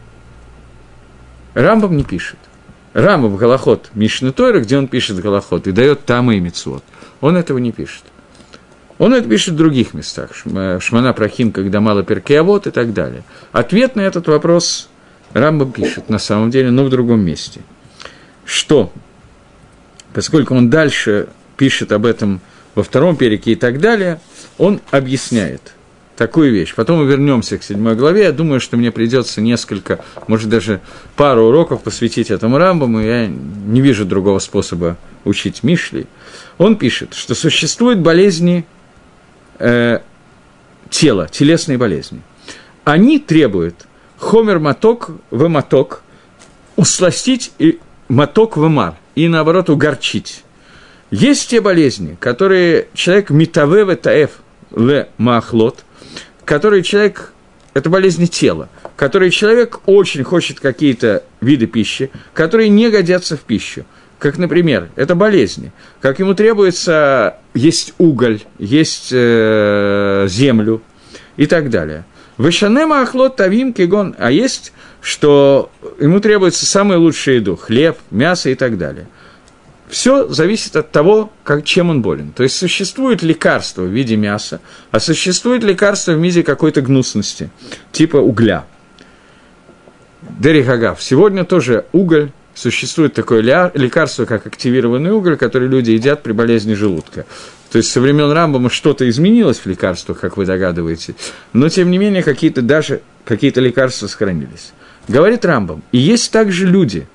Рамбам не пишет. Рамбам Галахот Мишны Тойра, где он пишет Галахот и дает Тамы и Мицвот, он этого не пишет. Он это пишет в других местах, Шмана Прахим, когда мало перкей авот и так далее. Ответ на этот вопрос Рамбам пишет, на самом деле, но в другом месте. Что, поскольку он дальше пишет об этом во втором переке и так далее, он объясняет такую вещь. Потом мы вернемся к седьмой главе. Я думаю, что мне придется несколько, может, даже пару уроков посвятить этому Рамбаму. Я не вижу другого способа учить Мишли. Он пишет, что существуют болезни э, тела, телесные болезни. Они требуют хомер маток в маток, усластить и маток в мар, и наоборот угорчить. Есть те болезни, которые человек митаве ветаэф ле маахлот, который человек, это болезни тела, который человек очень хочет какие-то виды пищи, которые не годятся в пищу. Как, например, это болезни, как ему требуется есть уголь, есть э, землю и так далее. Вышанема ахлот тавим кигон, а есть, что ему требуется самая лучшая еда, хлеб, мясо и так далее. Все зависит от того, как, чем он болен. То есть существует лекарство в виде мяса, а существует лекарство в виде какой-то гнусности, типа угля. Дерих Агав. Сегодня тоже уголь, существует такое лекарство, как активированный уголь, который люди едят при болезни желудка. То есть со времен Рамбама что-то изменилось в лекарствах, как вы догадываетесь, но тем не менее какие-то даже какие-то лекарства сохранились. Говорит Рамбам, и есть также люди,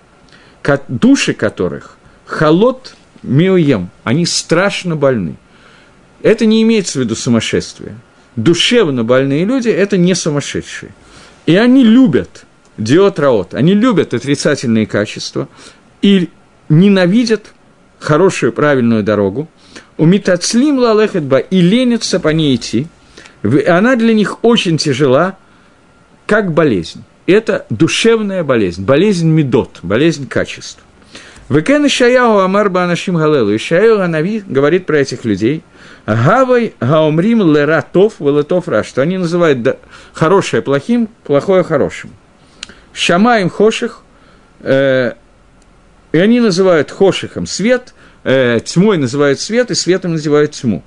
души которых халот миоем, они страшно больны. Это не имеется в виду сумасшествие. Душевно больные люди – это не сумасшедшие. И они любят диот раот, они любят отрицательные качества и ненавидят хорошую, правильную дорогу. У митацлим лалехетба и ленятся по ней идти. Она для них очень тяжела, как болезнь. Это душевная болезнь, болезнь медот, болезнь качеств. Векен Ишаяху Амар Баанашим Галелу. Ишаяху Ганави говорит про этих людей. Гавай Гаумрим Лератов Велетов Ра, что они называют да, хорошее плохим, плохое хорошим. Шамаем Хоших, э, и они называют Хошихом свет, э, тьмой называют свет, и светом называют тьму.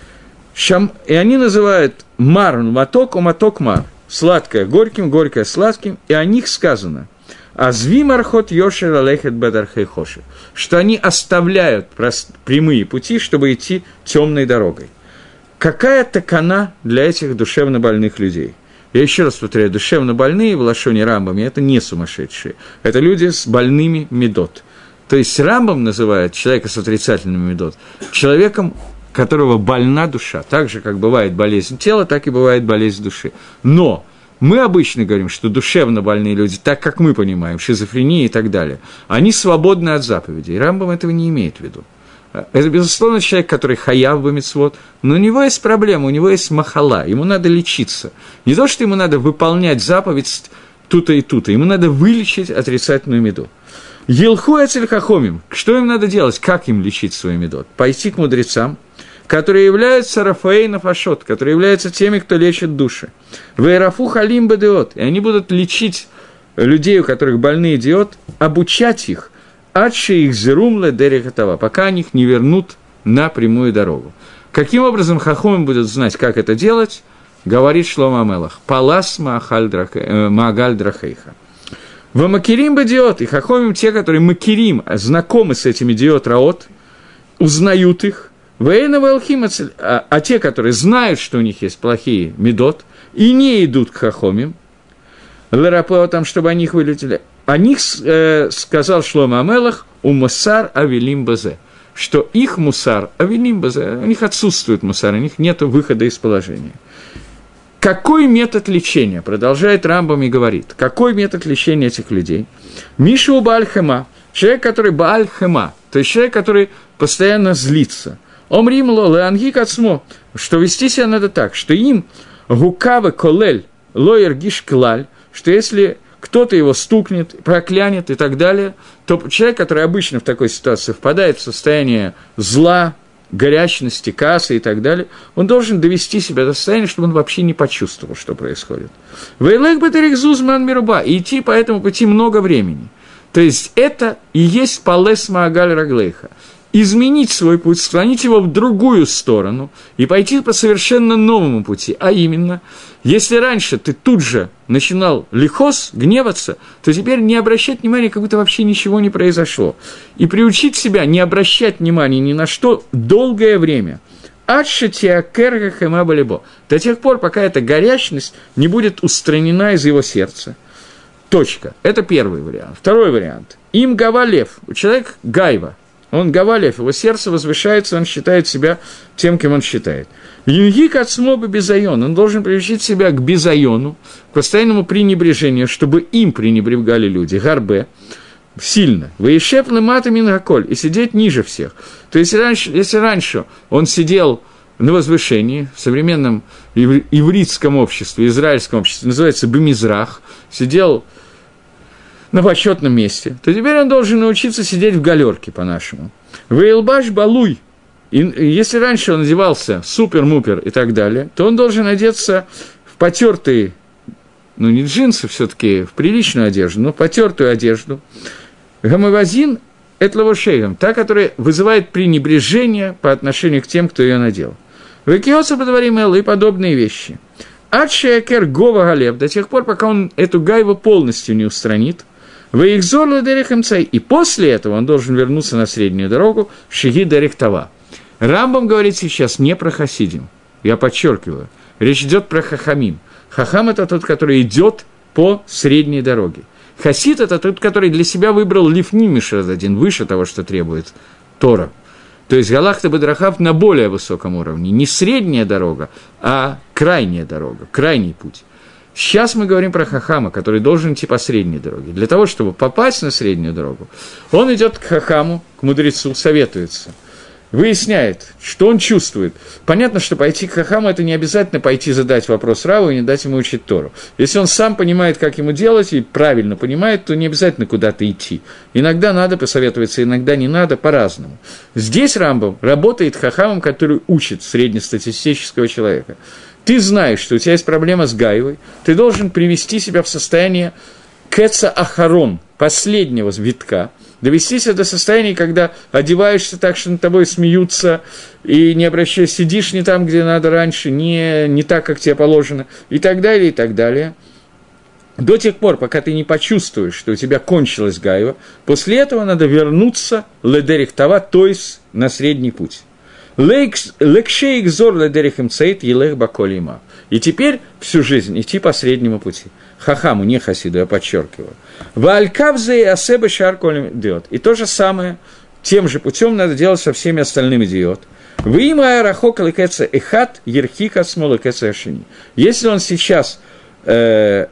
Шам, и они называют Мар Маток, Маток Мар. Сладкое горьким, горькое сладким, и о них сказано – Азви мархот йошер алехет бадархей хоши, что они оставляют прост, прямые пути, чтобы идти темной дорогой. Какая такана для этих душевно больных людей? Я еще раз повторяю, душевно больные в лашоне Рамбаме – это не сумасшедшие, это люди с больными медот. То есть Рамбам называет человека с отрицательными медот человеком, которого больна душа, так же, как бывает болезнь тела, так и бывает болезнь души. Но мы обычно говорим, что душевно больные люди, так как мы понимаем, шизофрения и так далее, они свободны от заповедей. Рамбам этого не имеет в виду. Это, безусловно, человек, который хаяв бамицвот, но у него есть проблема, у него есть махала, ему надо лечиться. Не то, что ему надо выполнять заповедь тут-то и тут-то, ему надо вылечить отрицательную меду. Елху эцель хахомим, что им надо делать, как им лечить свой медот? Пойти к мудрецам, которые являются Рафаэйн Афашот, которые являются теми, кто лечит души. Вейрафу халим бадеот, и они будут лечить людей, у которых больные диот, обучать их, адши их зерум ле дерехатава, пока они их не вернут на прямую дорогу. Каким образом хахомим будут знать, как это делать, говорит Шломо Амелах, палас маагаль драхейха. В макирим бадеот, и хахомим те, которые макирим, знакомы с этими диот раот, узнают их, а, а те, которые знают, что у них есть плохие медот, и не идут к хахомим, лерапео там, чтобы они их вылетели, о них э, сказал Шломо Амелах у мусар авелим базе, что их мусар авелим базе, у них отсутствует мусар, у них нет выхода из положения. Какой метод лечения? Продолжает Рамбам и говорит, какой метод лечения этих людей? Мишу Бааль-Хема, человек, который Бааль-Хема, то есть человек, который постоянно злится. Омрим ло леанги кацмо, что вести себя надо так, что им гукавы колель лоер гиш клаль, что если кто-то его стукнет, проклянет и так далее, то человек, который обычно в такой ситуации впадает в состояние зла, горячности, кассы и так далее, он должен довести себя до состояния, чтобы он вообще не почувствовал, что происходит. «Вейлек батарик зузман мируба» и идти по этому пути много времени. То есть это и есть палес маагаль раглейха. Изменить свой путь, склонить его в другую сторону и пойти по совершенно новому пути. А именно, если раньше ты тут же начинал лихос, гневаться, то теперь не обращать внимания, как будто вообще ничего не произошло. И приучить себя не обращать внимания ни на что долгое время. Адшития керга хэма балибо. До тех пор, пока эта горячность не будет устранена из его сердца. Точка. Это первый вариант. Второй вариант. Им гава лев. У человека гайва. Он гавалев, его сердце возвышается, он считает себя тем, кем он считает. Юнгик от смоба безайон, он должен приучить себя к безайону, к постоянному пренебрежению, чтобы им пренебрегали люди, гарбе, сильно. Выешеп лематами гаколь, и сидеть ниже всех. То есть, раньше, если раньше он сидел на возвышении, в современном ивритском обществе, израильском обществе, называется бемизрах, сидел на почетном месте, то теперь он должен научиться сидеть в галерке, по-нашему. Вейлбаш балуй. И если раньше он одевался супер-мупер и так далее, то он должен одеться в потертые, ну не джинсы все-таки, в приличную одежду, но потертую одежду. Гамавазин – это лавошейгам, та, которая вызывает пренебрежение по отношению к тем, кто ее надел. Векиоса подваримэл и подобные вещи. Адшеякер гова галев, до тех пор, пока он эту гайву полностью не устранит. И после этого он должен вернуться на среднюю дорогу Шиги Дарихтава. Рамбам говорит сейчас не про хасидим, я подчеркиваю, речь идет про хахамим. Хахам – это тот, который идет по средней дороге. Хасид – это тот, который для себя выбрал лифним мишрададин, выше того, что требует Тора. То есть галахта бадрахав на более высоком уровне. Не средняя дорога, а крайняя дорога, крайний путь. Сейчас мы говорим про хахама, который должен идти по средней дороге. Для того, чтобы попасть на среднюю дорогу, он идет к хахаму, к мудрецу, советуется, выясняет, что он чувствует. Понятно, что пойти к хахаму – это не обязательно пойти задать вопрос Раву и не дать ему учить Тору. Если он сам понимает, как ему делать, и правильно понимает, то не обязательно куда-то идти. Иногда надо посоветоваться, иногда не надо, по-разному. Здесь Рамбам работает хахамом, который учит среднестатистического человека. Ты знаешь, что у тебя есть проблема с гайвой, ты должен привести себя в состояние кэца ахарон, последнего витка, довести себя до состояния, когда одеваешься так, что над тобой смеются, и не обращаясь, сидишь не там, где надо раньше, не, не так, как тебе положено, и так далее, и так далее. До тех пор, пока ты не почувствуешь, что у тебя кончилась гайва, после этого надо вернуться ледерихтава, то есть на средний путь. И теперь всю жизнь идти по среднему пути. Хахаму, не хасиду, я подчеркиваю. И то же самое, тем же путем надо делать со всеми остальными диод. Если он сейчас э,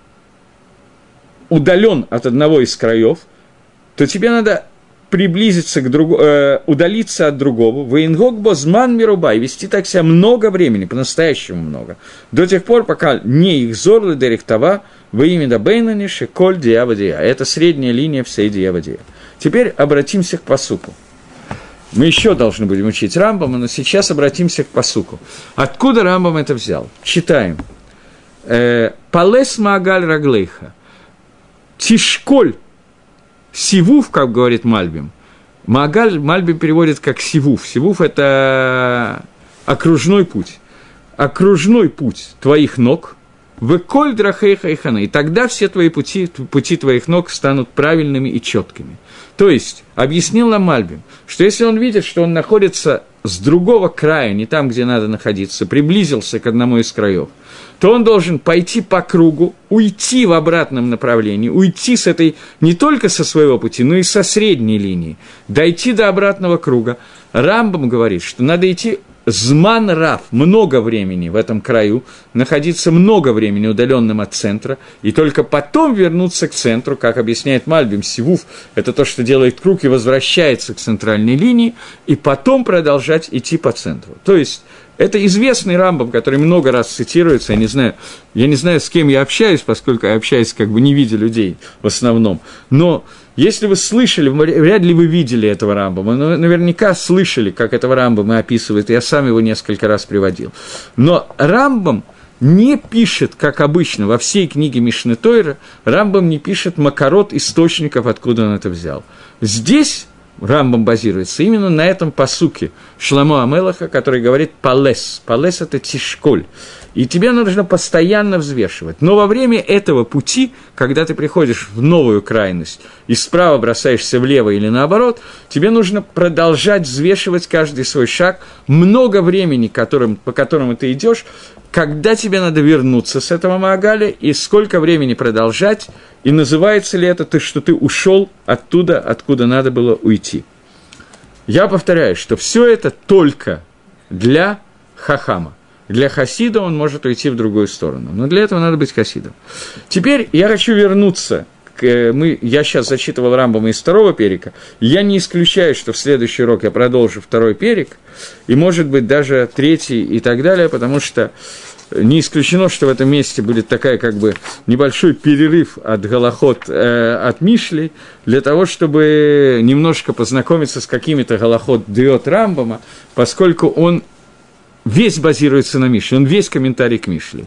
удален от одного из краев, то тебе надо приблизиться к другому, э, удалиться от другого, воингок бозман мирубай, вести так себя много времени, по-настоящему много, до тех пор, пока не их зорлы дерихтава, во имя Дабейнани шеколь диавадия. Это средняя линия всей диавадия. Теперь обратимся к пасуку. Мы еще должны будем учить Рамбама, но сейчас обратимся к пасуку. Откуда Рамбам это взял? Читаем. Палес маагаль раглейха. Тишколь сивув, как говорит Мальбим. Маагаль Мальбим переводит как сивув. Сивув – это окружной путь. Окружной путь твоих ног. Веколь драхейха и хана. И тогда все твои пути, пути твоих ног станут правильными и четкими. То есть, объяснил нам Мальбим, что если он видит, что он находится с другого края, не там, где надо находиться, приблизился к одному из краев, то он должен пойти по кругу, уйти в обратном направлении, уйти с этой, не только со своего пути, но и со средней линии, дойти до обратного круга. Рамбам говорит, что надо идти зман рав, много времени в этом краю, находиться много времени удаленным от центра, и только потом вернуться к центру, как объясняет Мальбим, сивув – это то, что делает круг и возвращается к центральной линии, и потом продолжать идти по центру. То есть, это известный Рамбам, который много раз цитируется, я не знаю, я не знаю, с кем я общаюсь, поскольку я общаюсь, как бы не видя людей в основном, но Если вы слышали, вряд ли вы видели этого Рамбама, но наверняка слышали, как этого Рамбама описывает, я сам его несколько раз приводил. Но Рамбам не пишет, как обычно, во всей книге Мишне Тойра, Рамбам не пишет макарот источников, откуда он это взял. Здесь Рамбам базируется именно на этом пасуке Шломо ха-Мелеха, который говорит «палес». «Палес» – это тишколь. И тебе нужно постоянно взвешивать. Но во время этого пути, когда ты приходишь в новую крайность и справа бросаешься влево или наоборот, тебе нужно продолжать взвешивать каждый свой шаг, много времени, которым, по которому ты идешь, когда тебе надо вернуться с этого Маагаля и сколько времени продолжать, и называется ли это, что ты ушел оттуда, откуда надо было уйти. Я повторяю, что все это только для хахама. Для хасида он может уйти в другую сторону, но для этого надо быть хасидом. Теперь я хочу вернуться к... Мы, я сейчас зачитывал Рамбама из второго перика, я не исключаю, что в следующий урок я продолжу второй перик, и, может быть, даже третий и так далее, потому что не исключено, что в этом месте будет такая, как бы, небольшой перерыв от Галахот, э, от Мишли, для того, чтобы немножко познакомиться с какими-то Галахот Диот Рамбама, поскольку он весь базируется на Мишле, он весь комментарий к Мишле.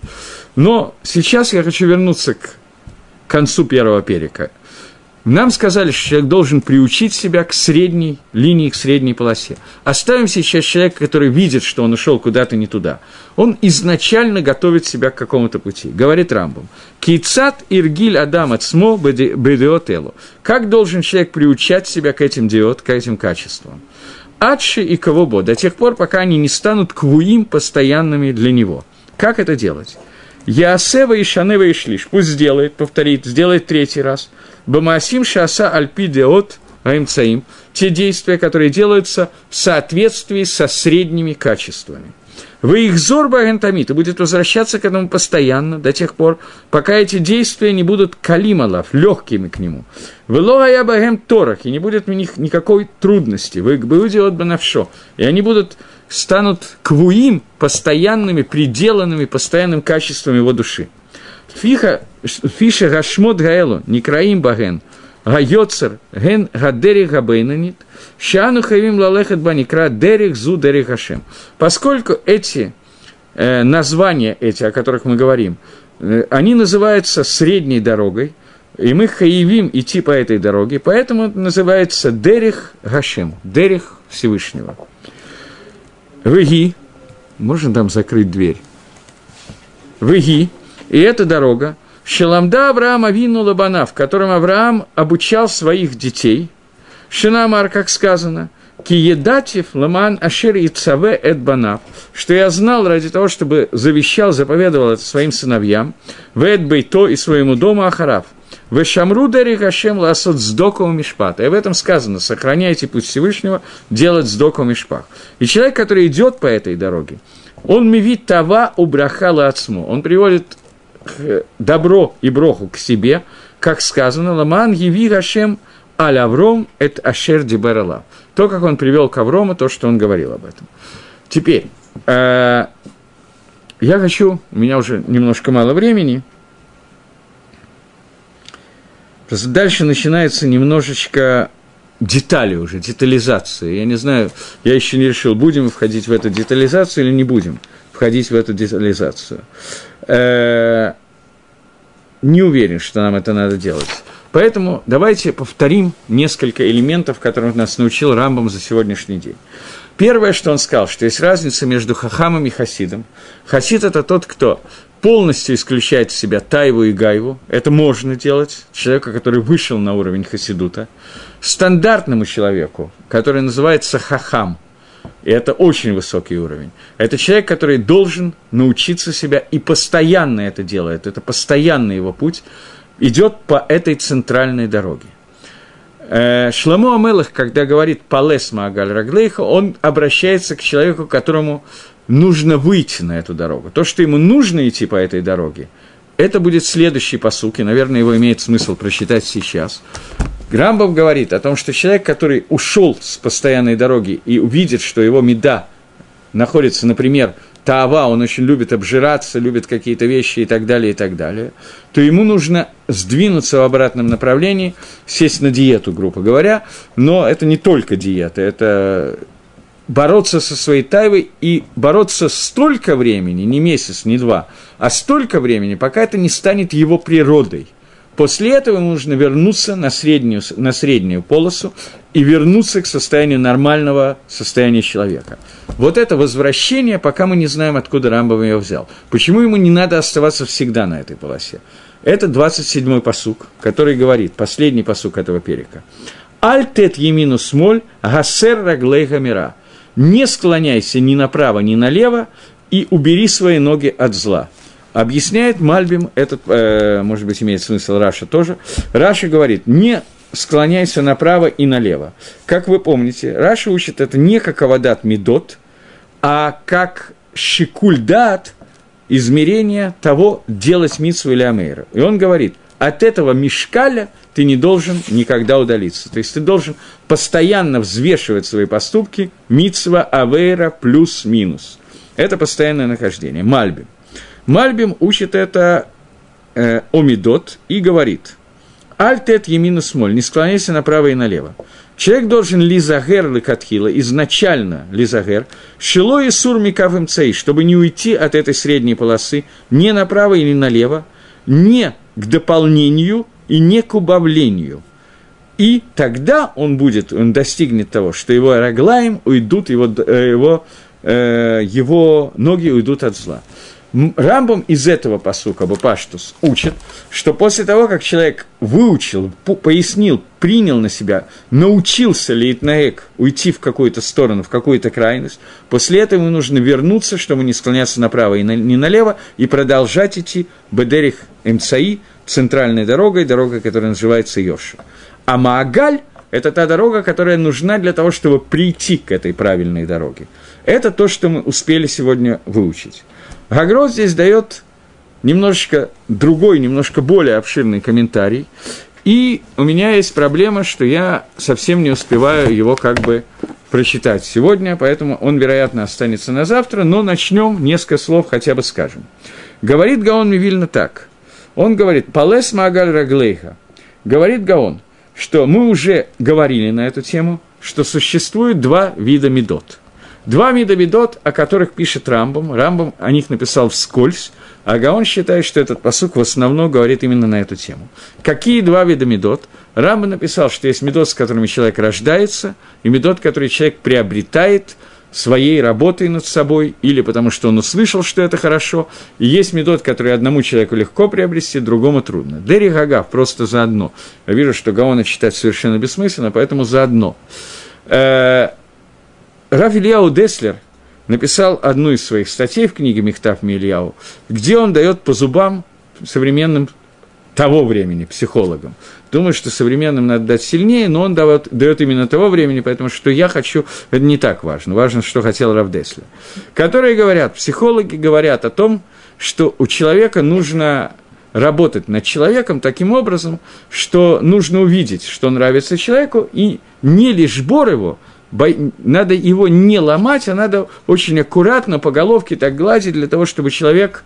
Но сейчас я хочу вернуться к концу первого перика. Нам сказали, что человек должен приучить себя к средней линии, к средней полосе. Оставим сейчас человека, который видит, что он ушел куда-то не туда. Он изначально готовит себя к какому-то пути. Говорит Рамбам: «Кейцат иргиль адам ацмо бедеот элу». Как должен человек приучать себя к этим диот, к этим качествам? Адши и кавобо, до тех пор, пока они не станут квуим постоянными для него. Как это делать? Яасева и Шанева и Шлиш. Пусть сделает, повторит, сделает третий раз. Бамаасим шааса альпи деот аимцаим. Те действия, которые делаются в соответствии со средними качествами. Вы их зорба агентамит, и будет возвращаться к этому постоянно, до тех пор, пока эти действия не будут калималов, легкими к нему. Вело аябагем торах, и не будет в них никакой трудности. Вы гбеудиот банавшо, и они будут, станут квуим, постоянными, приделанными, постоянным качеством его души. Фиха, фиша гашмот гаэлу, некраим баген, гайоцер, ген гадерих габейнанит, шану хавим лалехет баникра дерих зу дерих хашем. Поскольку эти э, названия, эти, о которых мы говорим, э, они называются средней дорогой, и мы хаевим идти по этой дороге, поэтому это называется дерих хашем, дерих Всевышнего. Веги, можно там закрыть дверь? Веги, и эта дорога, Шеламда Авраам Авину Лабана, в котором Авраам обучал своих детей, Шинамар, как сказано, Киедатив Ламан Ашер Ицаве Эд Банав, что я знал ради того, чтобы завещал, заповедовал это своим сыновьям, Вэд Бейто и своему дому Ахарав, Вешамру Дерих Ашем Ласот Сдоку Мишпата. И в этом сказано: сохраняйте путь Всевышнего, делать Сдоку Мишпах. И человек, который идет по этой дороге, он мивит тава убрахала ацму, он приводит добро и броху к себе, как сказано, «Ламан еви Гашем аль Авром эт ашер диберала». То, как он привел к Аврому, то, что он говорил об этом. Теперь, э, я хочу, у меня уже немножко мало времени, просто дальше начинается немножечко детали уже, детализация. Я не знаю, я еще не решил, будем мы входить в эту детализацию или не будем входить в эту детализацию. Э, не уверен, что нам это надо делать. Поэтому давайте повторим несколько элементов, которых нас научил Рамбам за сегодняшний день. Первое, что он сказал, что есть разница между хахамом и хасидом. Хасид – это тот, кто полностью исключает из себя тайву и гайву. Это можно делать человеку, который вышел на уровень хасидута. Стандартному человеку, который называется хахам, и это очень высокий уровень. Это человек, который должен научиться себя и постоянно это делает. Это постоянный его путь, идет по этой центральной дороге. Шломо ха-Мелех, когда говорит «палес маагаль раглейха», он обращается к человеку, которому нужно выйти на эту дорогу. То, что ему нужно идти по этой дороге, это будет следующий пасук, и, наверное, его имеет смысл прочитать сейчас. Рамбам говорит о том, что человек, который ушел с постоянной дороги и увидит, что его мида находится, например, таава, он очень любит обжираться, любит какие-то вещи и так далее, и так далее, то ему нужно сдвинуться в обратном направлении, сесть на диету, грубо говоря, но это не только диета, это бороться со своей тайвой и бороться столько времени, не месяц, не два, а столько времени, пока это не станет его природой. После этого ему нужно вернуться на среднюю, на среднюю полосу и вернуться к состоянию нормального состояния человека. Вот это возвращение, пока мы не знаем, откуда Рамбам его взял. Почему ему не надо оставаться всегда на этой полосе? Это двадцать седьмой пасук, который говорит, последний пасук этого перека. «Аль тет емину смоль, гасер раглейха мира». «Не склоняйся ни направо, ни налево, и убери свои ноги от зла». Объясняет Мальбим, этот, э, может быть, имеет смысл Раша тоже. Раша говорит, не склоняйся направо и налево. Как вы помните, Раша учит это не как авадат мидот, а как шикульдат, измерение того, делать мицву или амейра. И он говорит, от этого мишкаля ты не должен никогда удалиться. То есть ты должен постоянно взвешивать свои поступки, мицва, авейра, плюс-минус. Это постоянное нахождение. Мальбим. Мальбим учит это э, омидот и говорит, «Альтет емину смоль», не склоняйся направо и налево. Человек должен лизагер лекатхила, изначально лизагер, шило и сур микавым цей, чтобы не уйти от этой средней полосы ни направо или налево, не к дополнению и не к убавлению. И тогда он будет, он достигнет того, что его раглаем уйдут, его, его, э, его ноги уйдут от зла. Рамбам из этого пасука, Бапаштус, учит, что после того, как человек выучил, пояснил, принял на себя, научился лейтнаек уйти в какую-то сторону, в какую-то крайность, после этого ему нужно вернуться, чтобы не склоняться направо и не налево, и продолжать идти бедерих эмцаи, центральной дорогой, дорогой, которая называется Йоша. А Маагаль – это та дорога, которая нужна для того, чтобы прийти к этой правильной дороге. Это то, что мы успели сегодня выучить. Гагро здесь дает немножечко другой, немножко более обширный комментарий, и у меня есть проблема, что я совсем не успеваю его как бы прочитать сегодня, поэтому он, вероятно, останется на завтра, но начнем, несколько слов хотя бы скажем. Говорит Гаон Мивильна так, он говорит «Палес Маагаль Раглейха», говорит Гаон, что мы уже говорили на эту тему, что существует два вида медот. Два вида медот, о которых пишет Рамбам. Рамбам о них написал вскользь, а Гаон считает, что этот пасук в основном говорит именно на эту тему. Какие два вида медот? Рамбам написал, что есть медот, с которыми человек рождается, и медот, который человек приобретает своей работой над собой, или потому что он услышал, что это хорошо, и есть медот, который одному человеку легко приобрести, другому трудно. Дери Гагав просто заодно. Я вижу, что Гаона читать совершенно бессмысленно, поэтому заодно. Рав Ильяу Деслер написал одну из своих статей в книге «Михтав Мильяу», где он дает по зубам современным того времени психологам. Думаю, что современным надо дать сильнее, но он дает, дает именно того времени, поэтому что я хочу, это не так важно. Важно, что хотел Рав Деслер. Которые говорят, психологи говорят о том, что у человека нужно работать над человеком таким образом, что нужно увидеть, что нравится человеку, и не лишь бор его, надо его не ломать, а надо очень аккуратно по головке так гладить для того, чтобы человек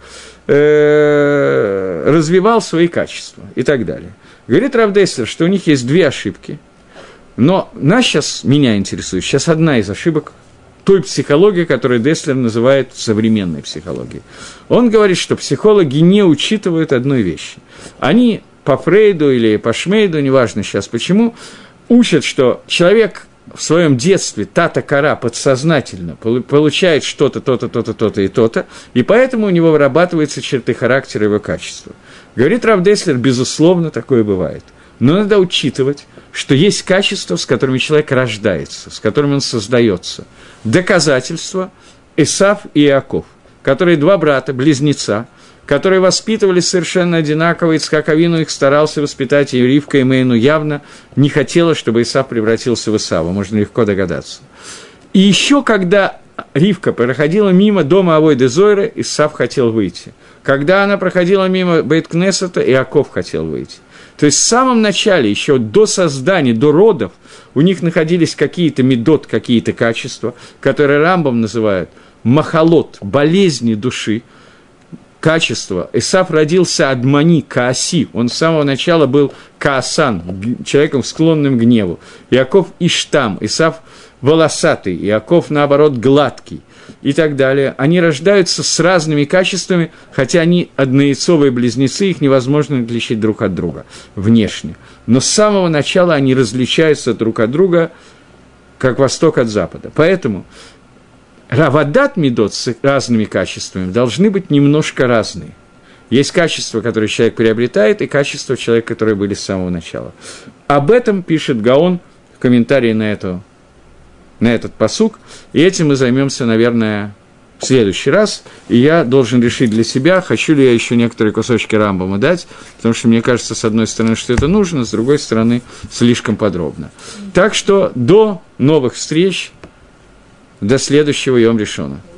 э, развивал свои качества и так далее. Говорит Рав Деслер, что у них есть две ошибки, но нас сейчас, меня интересует, сейчас одна из ошибок той психологии, которую Деслер называет современной психологией. Он говорит, что психологи не учитывают одной вещи. Они по Фрейду или по Шмейду, неважно сейчас почему, учат, что человек в своем детстве тата-кара подсознательно получает что-то, то-то, то-то, то-то и то-то, и поэтому у него вырабатываются черты характера и его качества. Говорит Рав Деслер, безусловно, такое бывает. Но надо учитывать, что есть качества, с которыми человек рождается, с которыми он создается. Доказательства Эсав и Иаков, которые два брата, близнеца, которые воспитывались совершенно одинаково, Ицхак Авину их старался воспитать, и Ривка и Мейну явно не хотела, чтобы Исав превратился в Исава, можно легко догадаться. И еще когда Ривка проходила мимо дома Авойды Зойры, Исав хотел выйти. Когда она проходила мимо Бейт-Кнесета, Иаков хотел выйти. То есть в самом начале, еще до создания, до родов, у них находились какие-то медот, какие-то качества, которые Рамбам называют махалот, болезни души, качества. Исав родился адмани, кааси. Он с самого начала был каасан, человеком, склонным к гневу. Иаков иштам, Исав волосатый, Иаков, наоборот, гладкий и так далее. Они рождаются с разными качествами, хотя они однояйцовые близнецы, их невозможно отличить друг от друга внешне. Но с самого начала они различаются друг от друга, как восток от запада. Поэтому равадат медот с разными качествами должны быть немножко разные. Есть качества, которые человек приобретает, и качества человека, которые были с самого начала. Об этом пишет Гаон в комментарии на, эту, на этот пасук, и этим мы займемся, наверное, в следующий раз. И я должен решить для себя, хочу ли я еще некоторые кусочки Рамбама дать, потому что мне кажется, с одной стороны, что это нужно, с другой стороны, слишком подробно. Так что до новых встреч, до следующего Йом Ришона.